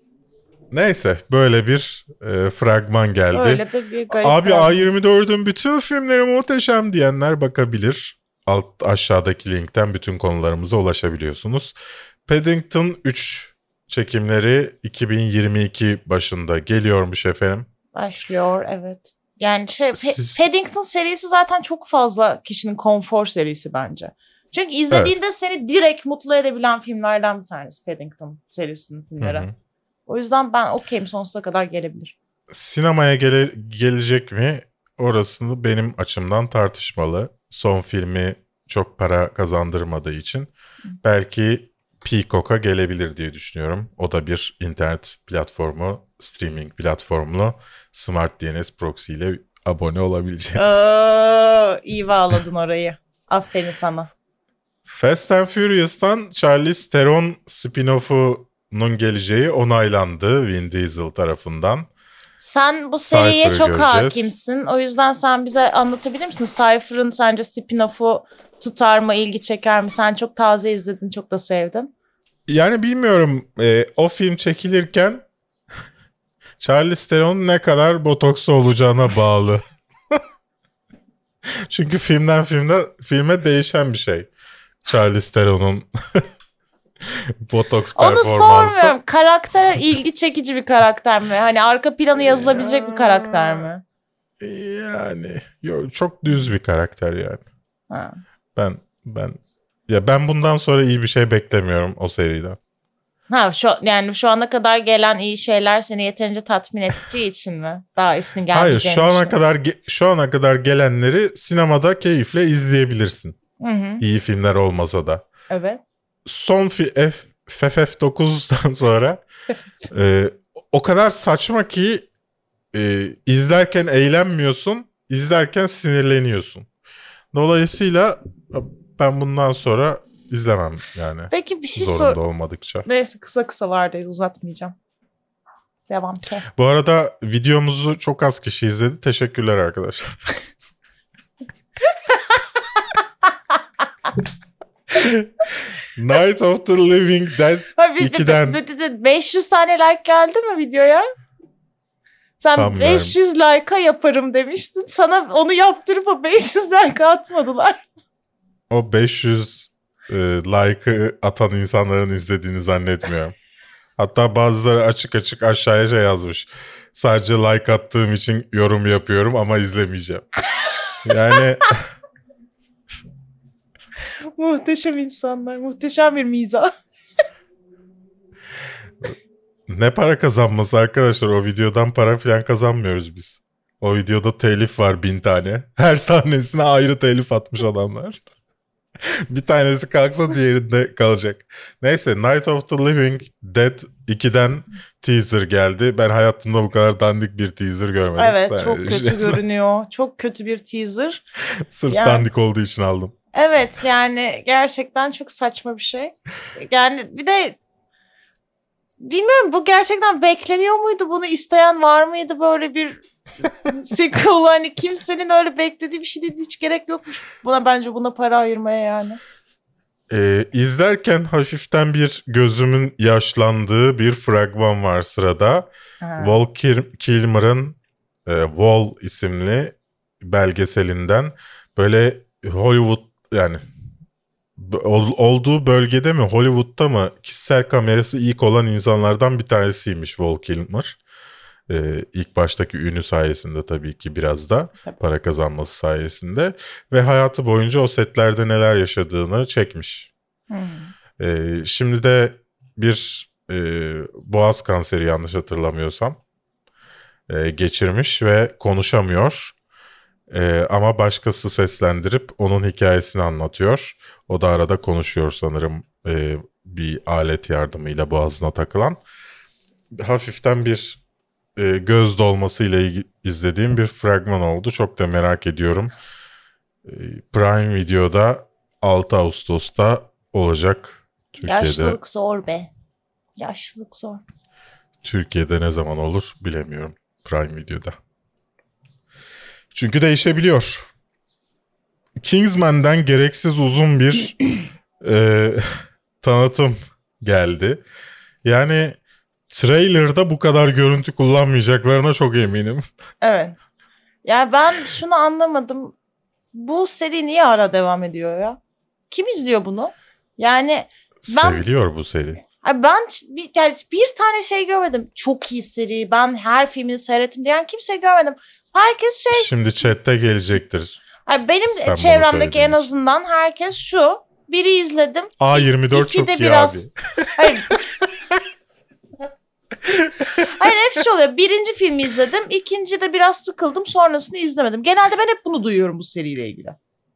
Neyse, böyle bir fragman geldi. Öyle de bir garip. Abi fragman. A24'ün bütün filmleri muhteşem diyenler bakabilir. Aşağıdaki linkten bütün konularımıza ulaşabiliyorsunuz. Paddington 3 çekimleri 2022 başında geliyormuş efendim. Başlıyor, evet. Yani Paddington serisi zaten çok fazla kişinin konfor serisi bence. Çünkü izlediğinde seni direkt mutlu edebilen filmlerden bir tanesi Paddington serisinin filmleri. Hı hı. O yüzden ben okeyim, sonsuza kadar gelebilir. Sinemaya gelecek mi? Orasını benim açımdan tartışmalı. Son filmi çok para kazandırmadığı için belki Peacock'a gelebilir diye düşünüyorum. O da bir internet platformu, streaming platformlu Smart DNS proxy ile abone olabileceğiniz. İyi bağladın orayı. Aferin sana. Fast and Furious'tan Charlize Theron spin-off'unun geleceği onaylandı Vin Diesel tarafından. Sen bu seriye Cypher'ı çok göreceğiz. hakimsin. O yüzden sen bize anlatabilir misin? Cypher'ın sence spin-off'u tutar mı, ilgi çeker mi? Sen çok taze izledin, çok da sevdin. Yani bilmiyorum, o film çekilirken Charlize Theron'un ne kadar botokslu olacağına bağlı. Çünkü filmden filme değişen bir şey. Charlize Theron'un botoks Onu performansı. sormuyorum. Karakter ilgi çekici bir karakter mi? Hani arka planı yazılabilecek bir karakter mi? Yani çok düz bir karakter yani. Ha. Ben bundan sonra iyi bir şey beklemiyorum o seriden. Yani şu ana kadar gelen iyi şeyler seni yeterince tatmin ettiği için mi? Daha iyisini Hayır, gelmeyeceğini şu ana kadar gelenleri sinemada keyifle izleyebilirsin. Hı. İyi filmler olmasa da. Evet. Son FF9'dan sonra o kadar saçma ki izlerken eğlenmiyorsun, izlerken sinirleniyorsun. Dolayısıyla ben bundan sonra izlemem yani. Peki bir şey zorunda olmadıkça. Neyse kısa vardı, uzatmayacağım. Devam ki. Bu arada videomuzu çok az kişi izledi. Teşekkürler arkadaşlar. Night of the Living Dead 2'den. 500 tane like geldi mi videoya? Sen Sanmıyorum. 500 like'a yaparım demiştin. Sana onu yaptırıp o 500 like atmadılar. O 500 like'ı atan insanların izlediğini zannetmiyorum. Hatta bazıları açık açık aşağıya yazmış. Sadece like attığım için yorum yapıyorum ama izlemeyeceğim. Yani Muhteşem insanlar. Muhteşem bir mizah. ne para kazanması arkadaşlar, o videodan para falan kazanmıyoruz biz. O videoda telif var 1000 tane. Her sahnesine ayrı telif atmış adamlar. Bir tanesi kalksa diğerinde kalacak. Neyse, Night of the Living Dead 2'den teaser geldi. Ben hayatımda bu kadar dandik bir teaser görmedim. Evet, çok kötü görünüyor. Çok kötü bir teaser. Sırf dandik olduğu için aldım. Evet, yani gerçekten çok saçma bir şey. Yani bir de bilmiyorum, bu gerçekten bekleniyor muydu? Bunu isteyen var mıydı, böyle bir sequel? Hani kimsenin öyle beklediği bir şey değil. Hiç gerek yokmuş bence buna para ayırmaya yani. İzlerken hafiften bir gözümün yaşlandığı bir fragman var sırada. Val Kilmer'ın Wall isimli belgeselinden, böyle Hollywood, yani olduğu bölgede mi, Hollywood'da mı kişisel kamerası ilk olan insanlardan bir tanesiymiş Val Kilmer. İlk baştaki ünü sayesinde tabii ki, biraz da para kazanması sayesinde ve hayatı boyunca o setlerde neler yaşadığını çekmiş. Şimdi de bir boğaz kanseri, yanlış hatırlamıyorsam, geçirmiş ve konuşamıyor. Ama başkası seslendirip onun hikayesini anlatıyor. O da arada konuşuyor sanırım, bir alet yardımıyla boğazına takılan. Hafiften bir göz dolmasıyla izlediğim bir fragman oldu. Çok da merak ediyorum. Prime Video'da 6 Ağustos'ta olacak. Türkiye'de. Yaşlılık zor be. Yaşlılık zor. Türkiye'de ne zaman olur bilemiyorum Prime Video'da. Çünkü değişebiliyor. Kingsman'den gereksiz uzun bir tanıtım geldi. Yani trailer'da bu kadar görüntü kullanmayacaklarına çok eminim. Evet. Yani ben şunu anlamadım. Bu seri niye hala devam ediyor ya? Kim izliyor bunu? Yani seviliyor bu seri. Ben bir tane şey görmedim. Çok iyi seri. Ben her filmini seyrettim diyen kimse görmedim. Herkes Şimdi chatte gelecektir. Benim çevremdeki en azından herkes şu. Biri izledim. A24 çok iyi biraz, abi. Hayır, hep şey oluyor. Birinci filmi izledim. İkinci de biraz sıkıldım. Sonrasını izlemedim. Genelde ben hep bunu duyuyorum bu seriyle ilgili.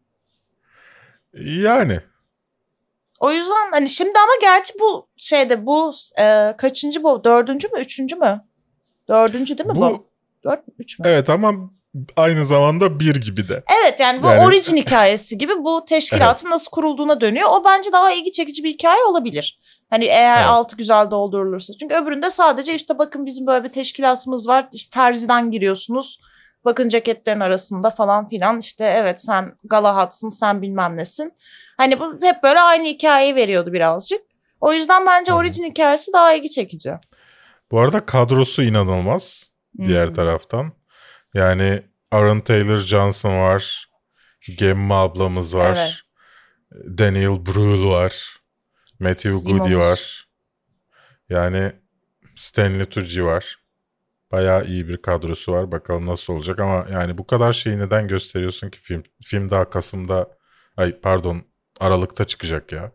Yani. O yüzden hani şimdi ama gerçi bu kaçıncı bu? 4. mü? 3. mü? 4. değil mi bu? 4 mü? 3 mü? Evet, ama aynı zamanda bir gibi de. Evet, yani bu origin hikayesi gibi, bu teşkilatın nasıl kurulduğuna dönüyor. O bence daha ilgi çekici bir hikaye olabilir. Hani eğer altı güzel doldurulursa. Çünkü öbüründe sadece işte bakın bizim böyle bir teşkilatımız var. İşte terziden giriyorsunuz. Bakın ceketlerin arasında falan filan işte evet sen Galahad'sın sen bilmem nesin. Hani bu hep böyle aynı hikayeyi veriyordu birazcık. O yüzden bence orijin hikayesi daha ilgi çekici. Bu arada kadrosu inanılmaz diğer taraftan. Yani Aaron Taylor-Johnson var. Gemma ablamız var. Evet. Daniel Brühl var. Matthew Simmons. Goody var. Yani Stanley Tucci var. Bayağı iyi bir kadrosu var. Bakalım nasıl olacak ama yani bu kadar şeyi neden gösteriyorsun ki film? Film daha Aralık'ta çıkacak ya.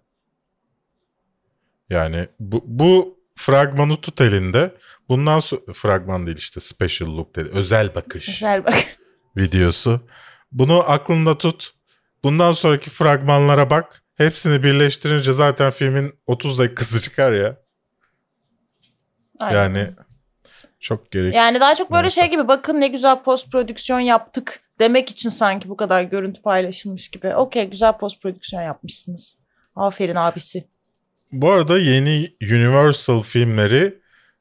Yani bu fragmanı tut elinde. Bundan sonra fragman değil işte special look dedi. Özel bakış Güzel bak. videosu. Bunu aklında tut. Bundan sonraki fragmanlara bak. Hepsini birleştirince zaten filmin 30 dakikası çıkar ya. Aynen. Yani çok gereksiz. Yani daha çok böyle Neyse. şey gibi bakın ne güzel post prodüksiyon yaptık demek için sanki bu kadar görüntü paylaşılmış gibi. Okey güzel post prodüksiyon yapmışsınız. Aferin abisi. Bu arada yeni Universal filmleri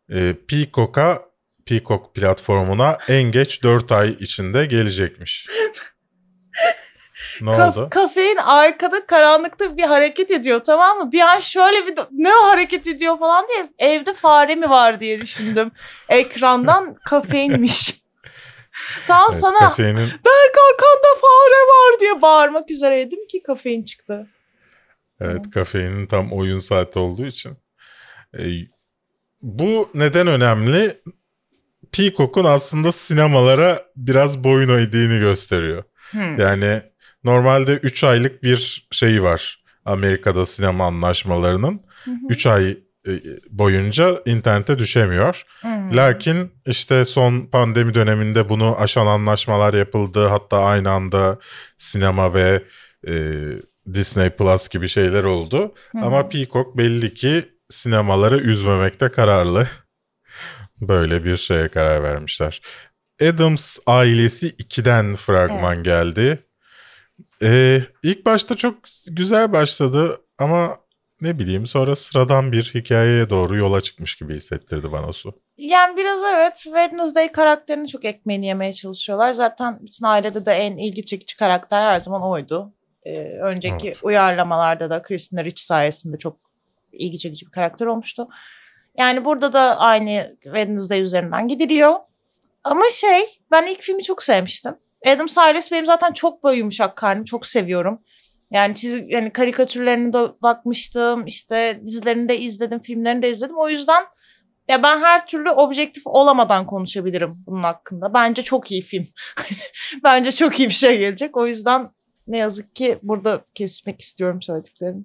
Peacock platformuna en geç 4 ay içinde gelecekmiş. Ne oldu? Kafein arkada karanlıkta bir hareket ediyor tamam mı? Bir an şöyle bir ne hareket ediyor falan diye evde fare mi var diye düşündüm. Ekrandan kafeinmiş. Tam Evet, sana kafeinin Berk arkanda fare var diye bağırmak üzereydim ki kafein çıktı. Evet, kafeinin tam oyun saati olduğu için. Bu neden önemli? Peacock'un aslında sinemalara biraz boyun eğdiğini gösteriyor. Yani normalde 3 aylık bir şeyi var. Amerika'da sinema anlaşmalarının. 3 ay boyunca internete düşemiyor. Lakin işte son pandemi döneminde bunu aşan anlaşmalar yapıldı. Hatta aynı anda sinema ve Disney Plus gibi şeyler oldu. Ama Peacock belli ki sinemaları üzmemekte kararlı. Böyle bir şeye karar vermişler. Addams Ailesi 2'den fragman geldi. İlk başta çok güzel başladı ama ne bileyim sonra sıradan bir hikayeye doğru yola çıkmış gibi hissettirdi bana Su. Yani biraz evet Wednesday karakterini çok ekmeğini yemeye çalışıyorlar. Zaten bütün ailede de en ilgi çekici karakter her zaman oydu. Önceki uyarlamalarda da Kristen Rich sayesinde çok ilgi çekici bir karakter olmuştu. Yani burada da aynı Wednesday üzerinden gidiliyor. Ama ben ilk filmi çok sevmiştim. Addams Ailesi benim zaten çok böyle yumuşak karnım. Çok seviyorum. Yani yani karikatürlerine de bakmıştım. İşte dizilerini de izledim, filmlerini de izledim. O yüzden ya ben her türlü objektif olamadan konuşabilirim bunun hakkında. Bence çok iyi film. Bence çok iyi bir şey gelecek. O yüzden ne yazık ki burada kesmek istiyorum söylediklerimi.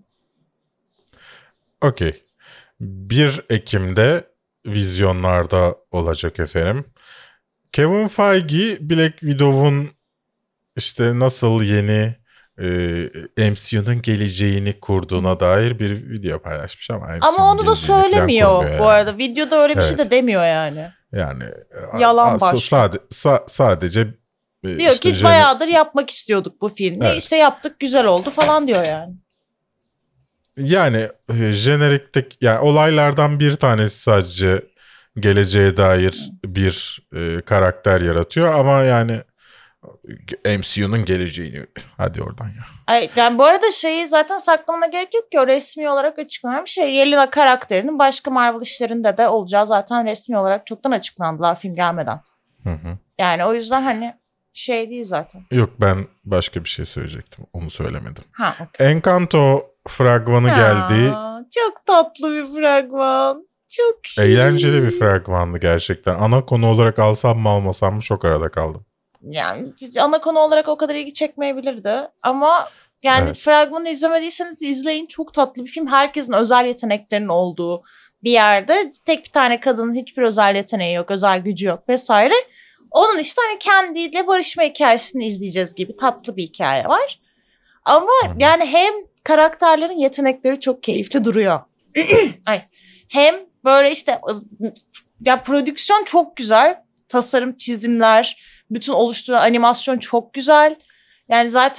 Okey. 1 Ekim'de vizyonlarda olacak efendim. Kevin Feige, Black Widow'un işte nasıl yeni MCU'nun geleceğini kurduğuna dair bir video paylaşmış ama onu da söylemiyor bu arada. Yani. Videoda öyle bir şey de demiyor yani. Yani yalan baş. Sadece diyor işte ki bayağıdır yapmak istiyorduk bu filmi. Evet. İşte yaptık güzel oldu falan diyor yani. Yani jenerikteki yani olaylardan bir tanesi sadece geleceğe dair bir karakter yaratıyor ama yani MCU'nun geleceğini hadi oradan ya. Yani bu arada zaten saklamana gerek yok ki o resmi olarak açıklanan bir şey. Yelena karakterinin başka Marvel işlerinde de olacağı zaten resmi olarak çoktan açıklandılar film gelmeden. Yani o yüzden hani değil zaten. Yok ben başka bir şey söyleyecektim onu söylemedim. Okay. Encanto fragmanı geldi. Çok tatlı bir fragman. Çok şirin. Eğlenceli bir fragmandı gerçekten. Ana konu olarak alsam mı almasam mı çok arada kaldım. Yani ana konu olarak o kadar ilgi çekmeyebilirdi. Ama yani fragmanı izlemediyseniz izleyin. Çok tatlı bir film. Herkesin özel yeteneklerinin olduğu bir yerde. Tek bir tane kadının hiçbir özel yeteneği yok. Özel gücü yok vesaire. Onun işte hani kendiyle barışma hikayesini izleyeceğiz gibi tatlı bir hikaye var. Ama yani hem karakterlerin yetenekleri çok keyifli duruyor. Hem böyle işte ya prodüksiyon çok güzel. Tasarım, çizimler, bütün oluşturulan animasyon çok güzel. Yani zaten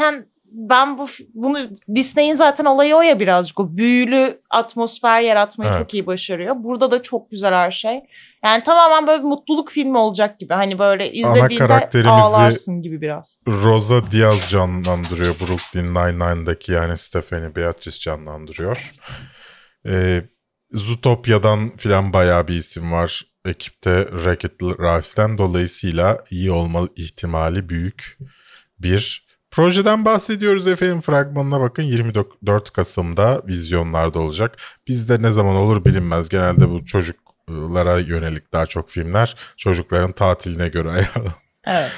ben bunu Disney'in zaten olayı o ya birazcık. O büyülü atmosfer yaratmayı Evet. çok iyi başarıyor. Burada da çok güzel her şey. Yani tamamen böyle bir mutluluk filmi olacak gibi. Hani böyle izlediğinde karakterimizi- ağlarsın gibi biraz. Rosa Diaz canlandırıyor Brooklyn Nine-Nine'daki, yani Stephanie Beatrice canlandırıyor. Zootopya'dan filan bayağı bir isim var ekipte, Wreck-It Ralph'ten, dolayısıyla iyi olma ihtimali büyük bir projeden bahsediyoruz efendim. Fragmanına bakın, 24 Kasım'da vizyonlarda olacak. Bizde ne zaman olur bilinmez. Genelde bu çocuklara yönelik daha çok filmler çocukların tatiline göre ayarlanır. Evet.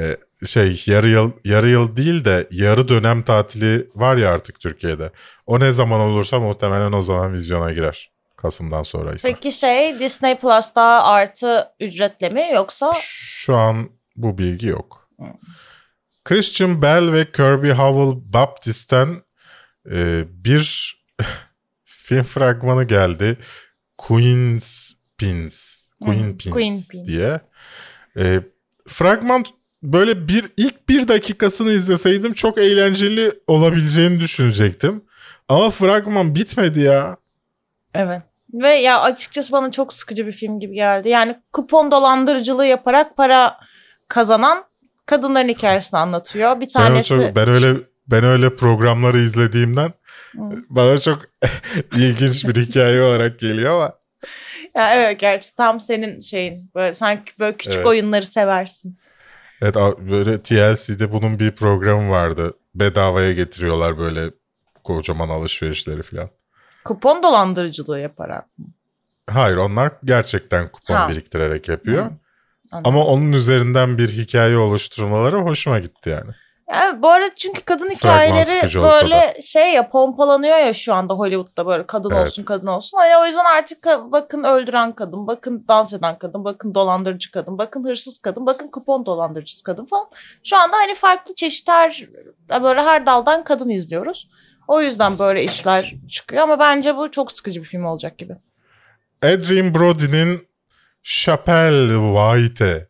Yarı yıl değil de yarı dönem tatili var ya artık Türkiye'de. O ne zaman olursa muhtemelen o zaman vizyona girer. Kasım'dan sonra ise. Peki Disney Plus'ta artı ücretle mi yoksa? Şu an bu bilgi yok. Christian Bale ve Kirby Howell Baptiste'ten bir film fragmanı geldi. Queen Pins diye. Fragman böyle ilk bir dakikasını izleseydim çok eğlenceli olabileceğini düşünecektim. Ama fragman bitmedi ya. Evet. Ve ya açıkçası bana çok sıkıcı bir film gibi geldi. Yani kupon dolandırıcılığı yaparak para kazanan kadınların hikayesini anlatıyor. Bir tanesi... Ben öyle programları izlediğimden bana çok ilginç bir hikaye olarak geliyor ama. Ya evet, gerçi tam senin şeyin. Böyle sanki böyle küçük oyunları seversin. Evet, böyle TLC'de bunun bir programı vardı. Bedavaya getiriyorlar böyle kocaman alışverişleri falan. Kupon dolandırıcılığı yaparak mı? Hayır, onlar gerçekten kupon biriktirerek yapıyor. Anladım. Ama onun üzerinden bir hikaye oluşturmaları hoşuma gitti yani. Yani bu arada çünkü kadın hikayeleri böyle pompalanıyor ya şu anda Hollywood'da, böyle kadın olsun kadın olsun. Yani o yüzden artık bakın öldüren kadın, bakın dans eden kadın, bakın dolandırıcı kadın, bakın hırsız kadın, bakın kupon dolandırıcısı kadın falan. Şu anda hani farklı çeşitler, böyle her daldan kadın izliyoruz. O yüzden böyle işler çıkıyor ama bence bu çok sıkıcı bir film olacak gibi. Adrien Brody'nin Chapelle White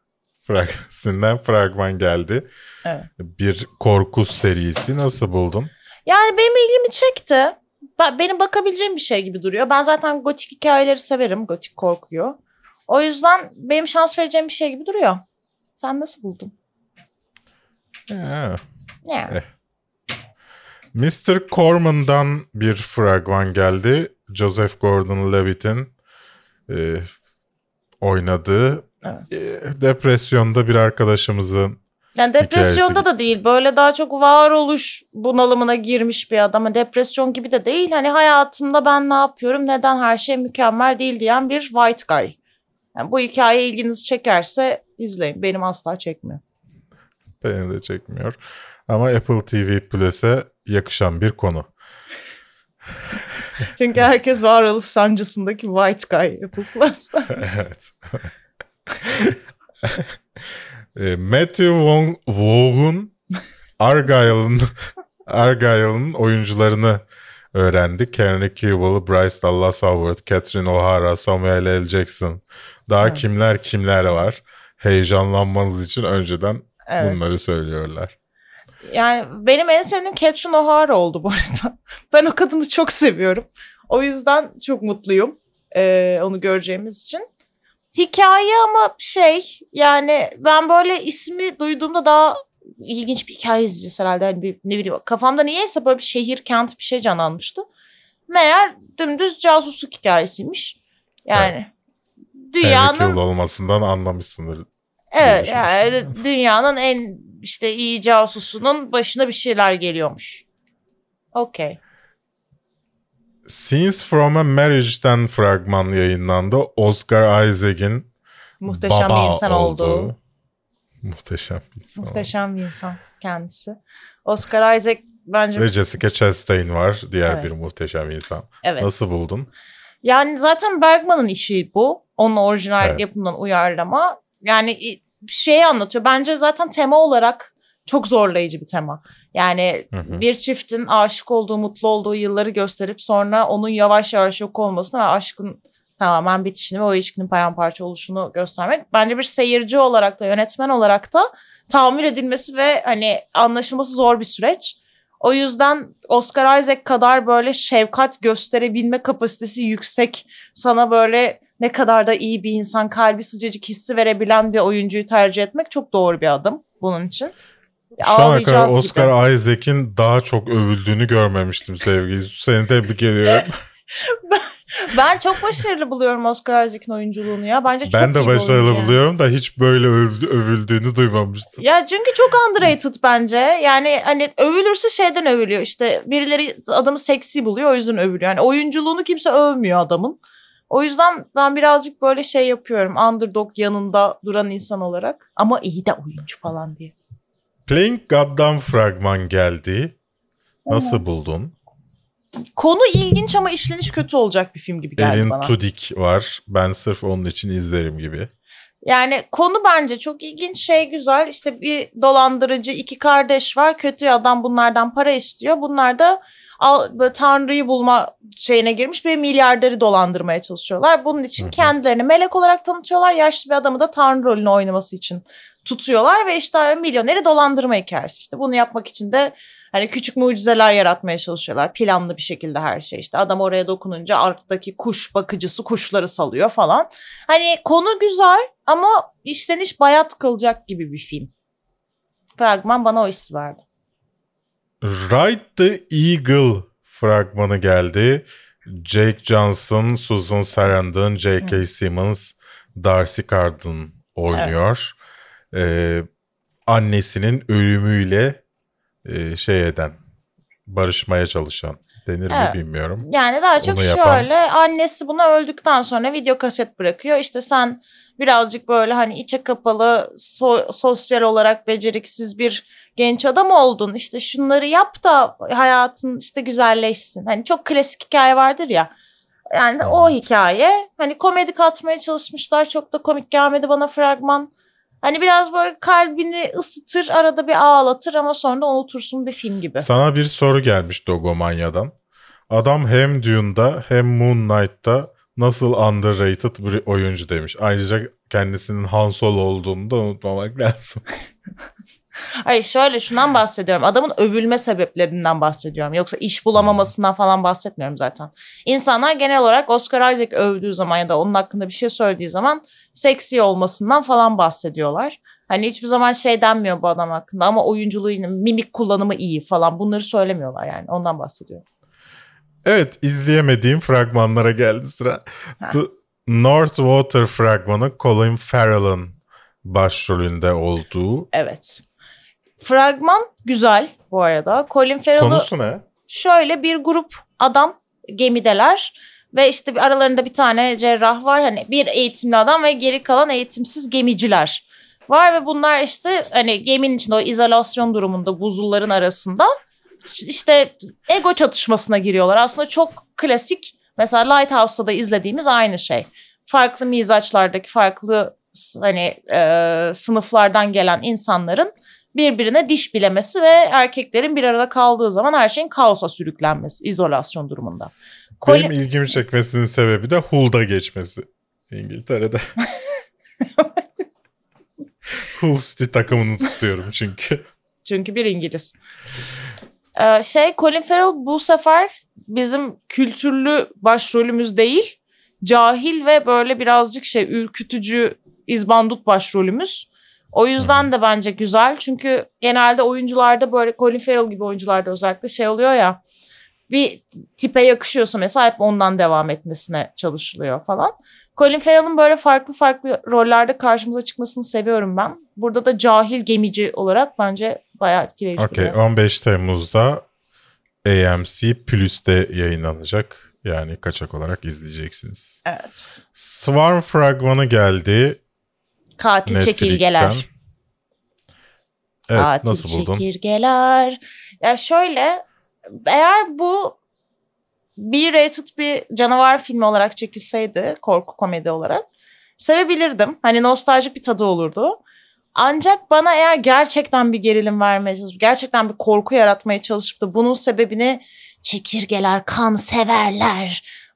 fragman geldi. Evet. Bir korku serisi, nasıl buldun? Yani benim ilgimi çekti. Benim bakabileceğim bir şey gibi duruyor. Ben zaten gotik hikayeleri severim. Gotik korkuyu. O yüzden benim şans vereceğim bir şey gibi duruyor. Sen nasıl buldun? Yeah. Yeah. Mr. Corman'dan bir fragman geldi. Joseph Gordon-Levitt'in oynadığı depresyonda bir arkadaşımızın Yani depresyonda da değil. Böyle daha çok varoluş bunalımına girmiş bir adam. Depresyon gibi de değil. Hani hayatımda ben ne yapıyorum, neden her şey mükemmel değil diyen bir white guy. Yani bu hikaye ilginizi çekerse izleyin. Benim asla çekmiyor. Beni de çekmiyor. Ama Apple TV Plus'e yakışan bir konu. Çünkü herkes varoluş sancısındaki white guy Apple Plus'ta. Evet. Matthew Vaughan Argyle'ın oyuncularını öğrendik. Henry Cavill, Bryce Dallas Howard, Catherine O'Hara, Samuel L. Jackson. Daha kimler var. Heyecanlanmanız için önceden bunları söylüyorlar. Yani benim en sevdiğim Catherine O'Hara oldu bu arada. Ben o kadını çok seviyorum. O yüzden çok mutluyum onu göreceğimiz için. Hikaye ama yani ben böyle ismi duyduğumda daha ilginç bir hikaye izleyeceğiz herhalde. Hani ne bileyim, kafamda niyeyse böyle bir şehir, kent bir şey canlanmıştı. Meğer dümdüz casusluk hikayesiymiş. Yani dünyanın... Henry Cavill olmasından anlamışsındır. Evet, yani dünyanın en iyi casusunun başına bir şeyler geliyormuş. Okey. Scenes from a Marriage'den fragman yayınlandı. Oscar Isaac'in muhteşem bir insan olduğu. Muhteşem bir insan. Muhteşem bir insan kendisi. Oscar Isaac bence... Ve Jessica Chastain var. Diğer bir muhteşem insan. Evet. Nasıl buldun? Yani zaten Bergman'ın işi bu. Onun orijinal yapımından uyarlama. Yani anlatıyor. Bence zaten tema olarak çok zorlayıcı bir tema. Yani bir çiftin aşık olduğu, mutlu olduğu yılları gösterip sonra onun yavaş yavaş yok olmasını ve aşkın tamamen bitişini ve o ilişkinin paramparça oluşunu göstermek. Bence bir seyirci olarak da yönetmen olarak da tahammül edilmesi ve hani anlaşılması zor bir süreç. O yüzden Oscar Isaac kadar böyle şefkat gösterebilme kapasitesi yüksek, sana böyle ne kadar da iyi bir insan, kalbi sıcacık hissi verebilen bir oyuncuyu tercih etmek çok doğru bir adım bunun için. Şu ana kadar Ağlayacağız gibi. Oscar Isaac'in daha çok övüldüğünü görmemiştim sevgili. Seni tebrik ediyorum. Ben çok başarılı buluyorum Oscar Isaac'in oyunculuğunu ya. Bence çok Ben de iyi bir başarılı oyuncu yani. buluyorum da hiç böyle övüldüğünü duymamıştım. Ya çünkü çok underrated bence. Yani hani övülürse şeyden övülüyor. İşte birileri adamı seksi buluyor, o yüzden övülüyor. Yani oyunculuğunu kimse övmüyor adamın. O yüzden ben birazcık böyle şey yapıyorum. Underdog yanında duran insan olarak. Ama iyi de oyuncu falan diye. Playing God'dan fragman geldi. Nasıl buldun? Konu ilginç ama işleniş kötü olacak bir film gibi geldi Elin bana. Tudyk var. Ben sırf onun için izlerim gibi. Yani konu bence çok ilginç, şey güzel. İşte bir dolandırıcı, iki kardeş var. Kötü adam bunlardan para istiyor. Bunlar da böyle Tanrı'yı bulma şeyine girmiş bir milyarderi dolandırmaya çalışıyorlar. Bunun için kendilerini melek olarak tanıtıyorlar. Yaşlı bir adamı da Tanrı rolünü oynaması için tutuyorlar ve işte milyoneri dolandırma hikayesi. İşte bunu yapmak için de hani küçük mucizeler yaratmaya çalışıyorlar. Planlı bir şekilde her şey. İşte adam oraya dokununca arktaki kuş bakıcısı kuşları salıyor falan. Hani konu güzel ama işleniş bayat kılacak gibi bir film. Fragman bana o hissi verdi. Ride the Eagle fragmanı geldi. Jake Johnson, Susan Sarandon, J.K. Simmons, Darcy Carden oynuyor. Annesinin ölümüyle barışmaya çalışan denir mi bilmiyorum. Yani daha çok şöyle, annesi buna öldükten sonra video kaset bırakıyor. İşte sen birazcık böyle hani içe kapalı, sosyal olarak beceriksiz bir genç adam oldun. İşte şunları yap da hayatın işte güzelleşsin. Hani çok klasik hikaye vardır ya. Yani o hikaye. Hani komedi katmaya çalışmışlar. Çok da komik gelmedi bana fragman. Hani biraz böyle kalbini ısıtır, arada bir ağlatır ama sonra da unutursun bir film gibi. Sana bir soru gelmiş Dogomanya'dan. Adam hem Dune'da hem Moon Knight'ta nasıl underrated bir oyuncu demiş. Ayrıca kendisinin Han Solo olduğunu da unutmamak lazım. Hayır, şöyle şundan bahsediyorum. Adamın övülme sebeplerinden bahsediyorum. Yoksa iş bulamamasından falan bahsetmiyorum zaten. İnsanlar genel olarak Oscar Isaac övdüğü zaman ya da onun hakkında bir şey söylediği zaman seksi olmasından falan bahsediyorlar. Hani hiçbir zaman şey denmiyor bu adam hakkında ama oyunculuğu, mimik kullanımı iyi falan, bunları söylemiyorlar yani. Ondan bahsediyorum. Evet, izleyemediğim fragmanlara geldi sıra. The North Water fragmanı Colin Farrell'ın başrolünde olduğu. Evet. Fragman güzel bu arada. Colin Farrell'ı... Konusu ne? Şöyle bir grup adam gemideler ve işte aralarında bir tane cerrah var. Hani bir eğitimli adam ve geri kalan eğitimsiz gemiciler var ve bunlar işte hani geminin içinde o izolasyon durumunda buzulların arasında işte ego çatışmasına giriyorlar. Aslında çok klasik, mesela Lighthouse'da da izlediğimiz aynı şey. Farklı mizaçlardaki farklı hani sınıflardan gelen insanların birbirine diş bilemesi ve erkeklerin bir arada kaldığı zaman her şeyin kaosa sürüklenmesi izolasyon durumunda. Benim ilgimi çekmesinin sebebi de Hull'da geçmesi İngiltere'de. Hull City takımını tutuyorum çünkü. Çünkü bir İngiliz. Colin Farrell bu sefer bizim kültürlü başrolümüz değil, cahil ve böyle birazcık ürkütücü izbandut başrolümüz. O yüzden de bence güzel. Çünkü genelde oyuncularda böyle Colin Farrell gibi oyuncularda özellikle oluyor ya, bir tipe yakışıyorsa mesela hep ondan devam etmesine çalışılıyor falan. Colin Farrell'ın böyle farklı farklı rollerde karşımıza çıkmasını seviyorum ben. Burada da cahil gemici olarak bence bayağı etkileyici. Okay, 15 Temmuz'da AMC Plus'te yayınlanacak. Yani kaçak olarak izleyeceksiniz. Evet. Swarm fragmanı geldi. Katil Netflix'ten. çekirgeler. Evet, Katil nasıl buldun? çekirgeler. Ya şöyle, eğer bu B-rated bir canavar filmi olarak çekilseydi, korku komedi olarak sevebilirdim. Hani nostaljik bir tadı olurdu. Ancak bana eğer gerçekten bir gerilim vermeye çalışıp, gerçekten bir korku yaratmaya çalışıp da bunun sebebini çekirgeler kan severler,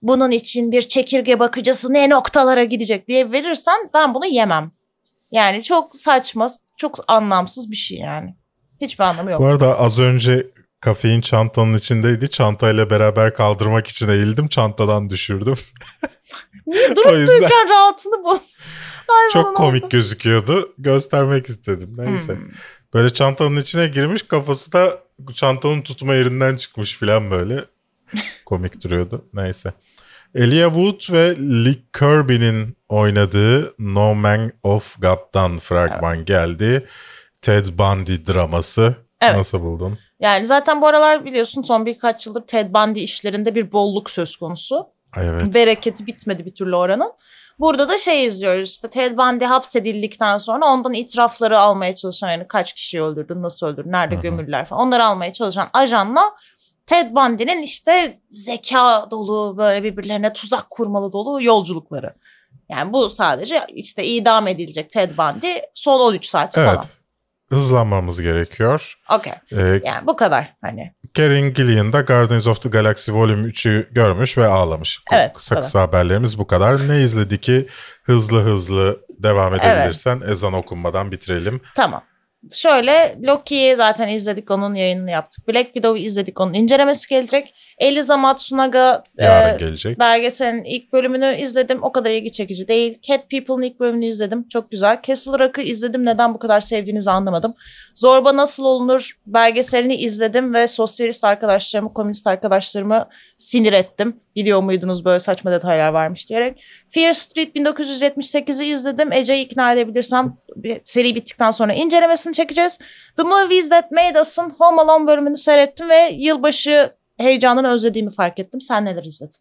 bunun için bir çekirge bakıcısı ne noktalara gidecek diye verirsen ben bunu yemem. Yani çok saçma, çok anlamsız bir şey yani. Hiçbir anlamı yok. Bu arada az önce kafein çantanın içindeydi. Çantayla beraber kaldırmak için eğildim. Çantadan düşürdüm. Niye O durup yüzden dururken rahatını boz. çok komik gözüküyordu. Göstermek istedim. Neyse. Böyle çantanın içine girmiş, kafası da çantanın tutma yerinden çıkmış falan böyle. Komik duruyordu. Neyse. Elijah Wood ve Lee Kirby'nin oynadığı No Man of God'dan fragman geldi. Ted Bundy draması. Evet. Nasıl buldun? Yani zaten bu aralar biliyorsun son birkaç yıldır Ted Bundy işlerinde bir bolluk söz konusu. Evet. Bereketi bitmedi bir türlü oranın. Burada da şey izliyoruz işte Ted Bundy hapsedildikten sonra ondan itirafları almaya çalışan, yani kaç kişiyi öldürdü, nasıl öldürdü, nerede gömüldüler falan, onları almaya çalışan ajanla Ted Bundy'nin işte zeka dolu, böyle birbirlerine tuzak kurmalı dolu yolculukları. Yani bu sadece işte idam edilecek Ted Bundy son 13 saat Evet. falan. Hızlanmamız gerekiyor. Okey. Yani bu kadar hani. Karen Gillian da Guardians of the Galaxy Volume 3'ü görmüş ve ağlamış. Evet, Kısa haberlerimiz bu kadar. Ne izledi ki hızlı devam edebilirsen ezan okunmadan bitirelim. Tamam. Şöyle Loki'yi zaten izledik, onun yayınını yaptık. Black Widow'u izledik, onun incelemesi gelecek. Eliza Matsunaga Yarın gelecek. belgeselin ilk bölümünü izledim. O kadar ilgi çekici değil. Cat People'ın ilk bölümünü izledim. Çok güzel. Castle Rock'ı izledim. Neden bu kadar sevdiğinizi anlamadım. Zorba Nasıl Olunur belgeselini izledim ve sosyalist arkadaşlarımı, komünist arkadaşlarımı sinir ettim. Biliyor muydunuz böyle saçma detaylar varmış diyerek. Fear Street 1978'i izledim. Ece'yi ikna edebilirsem seri bittikten sonra incelemesini çekeceğiz. The Movies That Made Us'ın Home Alone bölümünü seyrettim ve yılbaşı heyecanını özlediğimi fark ettim. Sen neler izledin?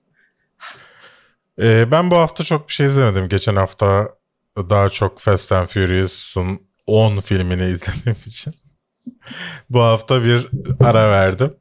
Ben bu hafta çok bir şey izlemedim. Geçen hafta daha çok Fast and Furious'ın 10 filmini izlediğim için. Bu hafta bir ara verdim.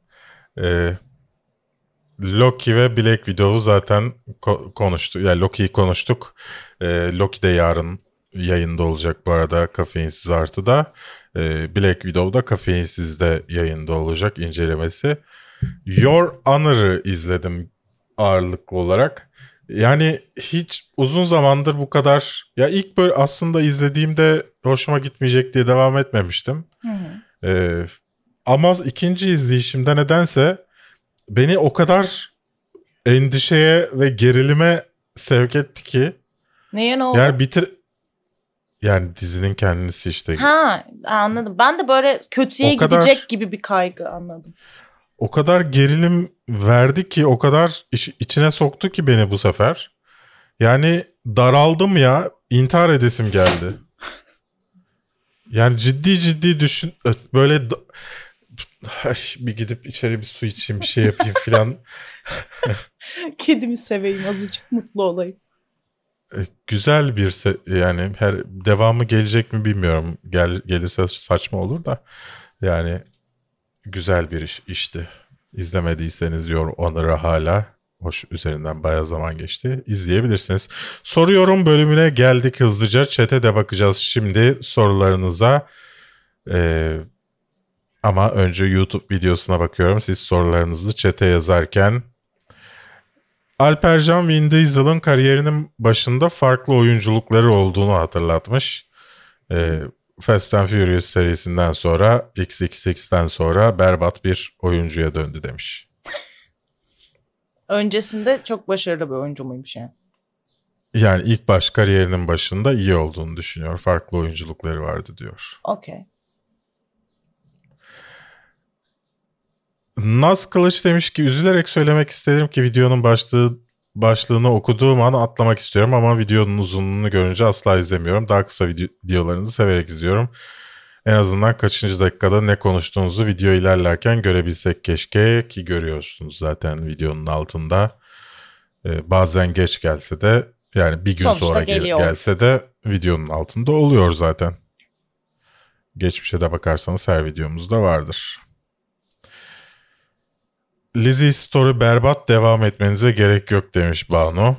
Loki ve Black Widow'u zaten konuştuk. Yani Loki'yi konuştuk. Loki de yarın yayında olacak bu arada Kafeinsiz Artı'da. Black Widow da Kafeinsiz'de yayında olacak incelemesi. Your Honor'ı izledim ağırlıklı olarak. Yani hiç uzun zamandır bu kadar... Ya ilk böyle aslında izlediğimde hoşuma gitmeyecek diye devam etmemiştim. Ama ikinci izleyişimde nedense beni o kadar endişeye ve gerilime sevk etti ki. Neye ne oldu? Yani dizinin kendisi işte. Ha, anladım. Ben de böyle kötüye gidecek gibi bir kaygı anladım. O kadar gerilim verdi ki, o kadar içine soktu ki beni bu sefer. Yani daraldım ya, intihar edesim geldi. Yani ciddi düşün böyle bir gidip içeri bir su içeyim, bir şey yapayım filan. Kedimi seveyim, azıcık mutlu olayım. Güzel bir yani her devamı gelecek mi bilmiyorum. Gelirse saçma olur da yani güzel bir işti. İzlemediyseniz Your Honor'ı hala hoş, üzerinden bayağı zaman geçti. İzleyebilirsiniz. Soruyorum bölümüne geldik hızlıca. Chat'e de bakacağız şimdi sorularınıza. Ama önce YouTube videosuna bakıyorum. Siz sorularınızı chat'e yazarken. Alpercan Vin Diesel'ın kariyerinin başında farklı oyunculukları olduğunu hatırlatmış. Fast and Furious serisinden sonra, XXX'ten sonra berbat bir oyuncuya döndü demiş. Öncesinde çok başarılı bir oyuncu muymuş yani? Yani ilk kariyerinin başında iyi olduğunu düşünüyor. Farklı oyunculukları vardı diyor. Okey. Naz Kılıç demiş ki üzülerek söylemek istedim ki videonun başlığını okuduğum an atlamak istiyorum ama videonun uzunluğunu görünce asla izlemiyorum. Daha kısa videolarınızı severek izliyorum. En azından kaçıncı dakikada ne konuştuğunuzu video ilerlerken görebilsek keşke, ki görüyorsunuz zaten videonun altında. Bazen geç gelse de, yani bir gün sonuçta sonra gelse de videonun altında oluyor zaten. Geçmişe de bakarsanız her videomuzda vardır. Lizzie Story berbat, devam etmenize gerek yok demiş Banu.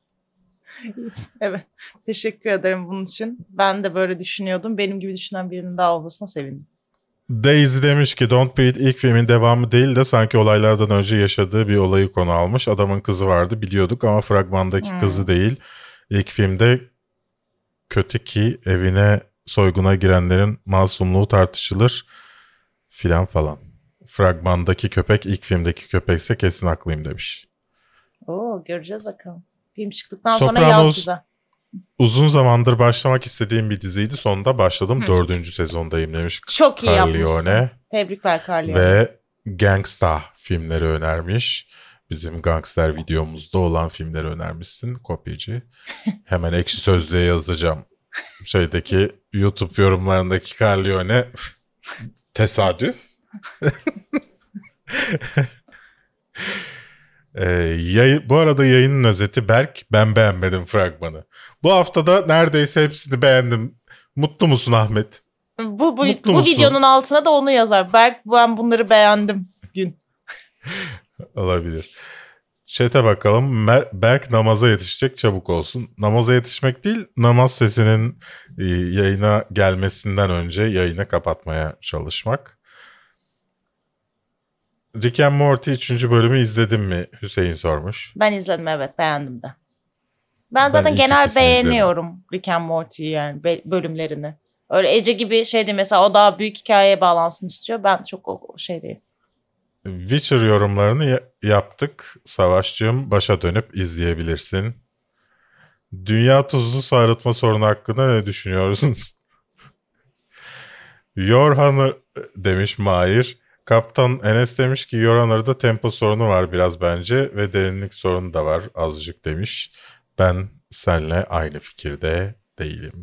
Evet. Teşekkür ederim bunun için. Ben de böyle düşünüyordum. Benim gibi düşünen birinin daha olmasına sevindim. Daisy demiş ki Don't Breathe ilk filmin devamı değil de sanki olaylardan önce yaşadığı bir olayı konu almış. Adamın kızı vardı biliyorduk ama fragmandaki kızı değil. İlk filmde kötü ki evine soyguna girenlerin masumluğu tartışılır filan falan. Fragmandaki köpek ilk filmdeki köpekse kesin haklıyım demiş. Oo, göreceğiz bakalım. Film çıktıktan sonra Sopranos yaz bize. uzun zamandır başlamak istediğim bir diziydi. Sonunda başladım. 4. sezondayım demiş. Çok iyi yapmışsın. Corleone. Tebrikler Corleone. Ve Gangsta filmleri önermiş. Bizim gangster videomuzda olan filmleri önermişsin. Kopyacı. Hemen Ekşi Sözlüğe yazacağım. Şeydeki YouTube yorumlarındaki Corleone tesadüf. Bu arada yayının özeti Berk, ben beğenmedim fragmanı. Bu haftada neredeyse hepsini beğendim. Mutlu musun Ahmet? Bu Mutlu musun? videonun altına da onu yazar. Berk, ben bunları beğendim gün. Olabilir. Chat'e bakalım. Berk namaza yetişecek, çabuk olsun. Namaza yetişmek değil, namaz sesinin yayına gelmesinden önce yayını kapatmaya çalışmak. Rick and Morty 3. bölümü izledin mi? Hüseyin sormuş. Ben izledim, evet, beğendim de. Ben zaten ilk genel ikisini beğeniyorum Rick and Morty'yi, yani bölümlerini. Öyle Ece gibi şeydi mesela, o daha büyük hikayeye bağlansın istiyor. Ben çok o şey değil. Witcher yorumlarını yaptık. Savaşçığım, başa dönüp izleyebilirsin. Dünya tuzlu su arıtma sorunu hakkında ne düşünüyorsunuz? Your Honor demiş Mahir. Kaptan Enes demiş ki Your Honor'da tempo sorunu var biraz bence ve derinlik sorunu da var azıcık demiş. Ben seninle aynı fikirde değilim.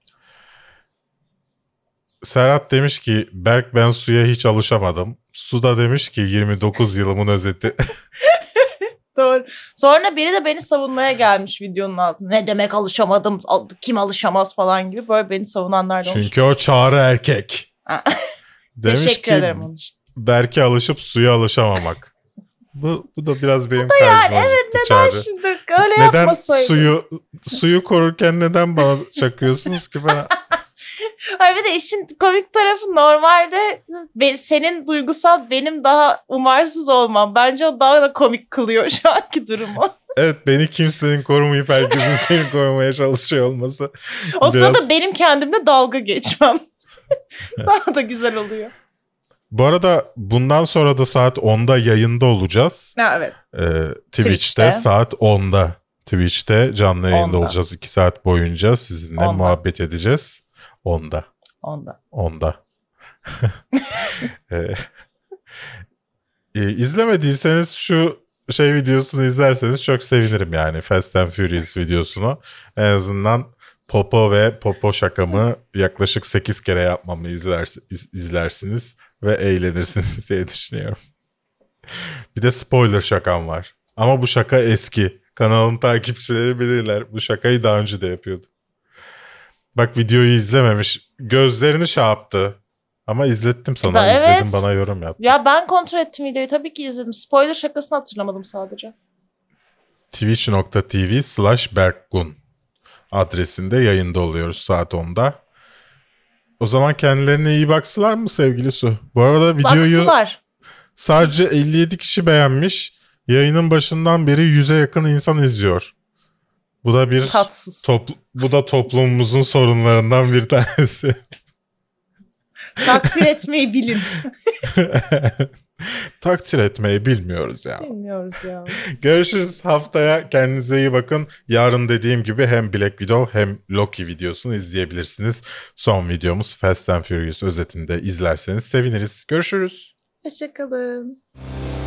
Serhat demiş ki Berk, ben suya hiç alışamadım. Suda demiş ki 29 yılımın özeti. Doğru. Sonra biri de beni savunmaya gelmiş videonun altına. Ne demek alışamadım, kim alışamaz falan gibi, böyle beni savunanlar da olmuş. Çünkü o çağrı erkek. Demiş Teşekkür ki, ederim onun için. Berk'e alışıp suya alışamamak. Bu da biraz benim Yani kalbime evet, acıttı neden Çağrı. şimdi öyle Neden yapmasaydın? suyu korurken neden bana çakıyorsunuz ki bana? Hayır, bir de işin komik tarafı, normalde senin duygusal, benim daha umarsız olmam. Bence o daha da komik kılıyor şu anki durumu. Evet, beni kimsenin korumayıp herkesin seni korumaya çalışıyor olması. O sırada benim kendimle dalga geçmem. Daha da güzel oluyor. Bu arada bundan sonra da saat 10'da yayında olacağız. Ha, evet. Twitch'te saat 10'da. Twitch'te canlı yayında 10'da. olacağız. 2 saat boyunca sizinle 10'da. muhabbet edeceğiz. 10'da. 10'da. İzlemediyseniz şu videosunu izlerseniz çok sevinirim yani. Fast and Furious videosunu. En azından Popo ve Popo şakamı yaklaşık 8 kere yapmamı izlersiniz ve eğlenirsiniz diye düşünüyorum. Bir de spoiler şakam var. Ama bu şaka eski. Kanalın takipçileri bilirler. Bu şakayı daha önce de yapıyordum. Bak, videoyu izlememiş. Gözlerini şey yaptı. Ama izlettim sana. Evet. İzledim, bana yorum yap. Ya ben kontrol ettim videoyu. Tabii ki izledim. Spoiler şakasını hatırlamadım sadece. Twitch.tv/Berkgun adresinde yayında oluyoruz saat 10'da. O zaman kendilerine iyi baksınlar mı sevgili Su? Bu arada videoyu Baksılar. sadece 57 kişi beğenmiş. Yayının başından beri 100'e yakın insan izliyor. Bu da bir Tatsız. bu da toplumumuzun sorunlarından bir tanesi. Takdir etmeyi bilin. Takdir etmeyi bilmiyoruz ya. Bilmiyoruz ya. Görüşürüz haftaya. Kendinize iyi bakın. Yarın dediğim gibi hem Black Widow hem Loki videosunu izleyebilirsiniz. Son videomuz Fast and Furious özetinde izlerseniz seviniriz. Görüşürüz. Hoşçakalın.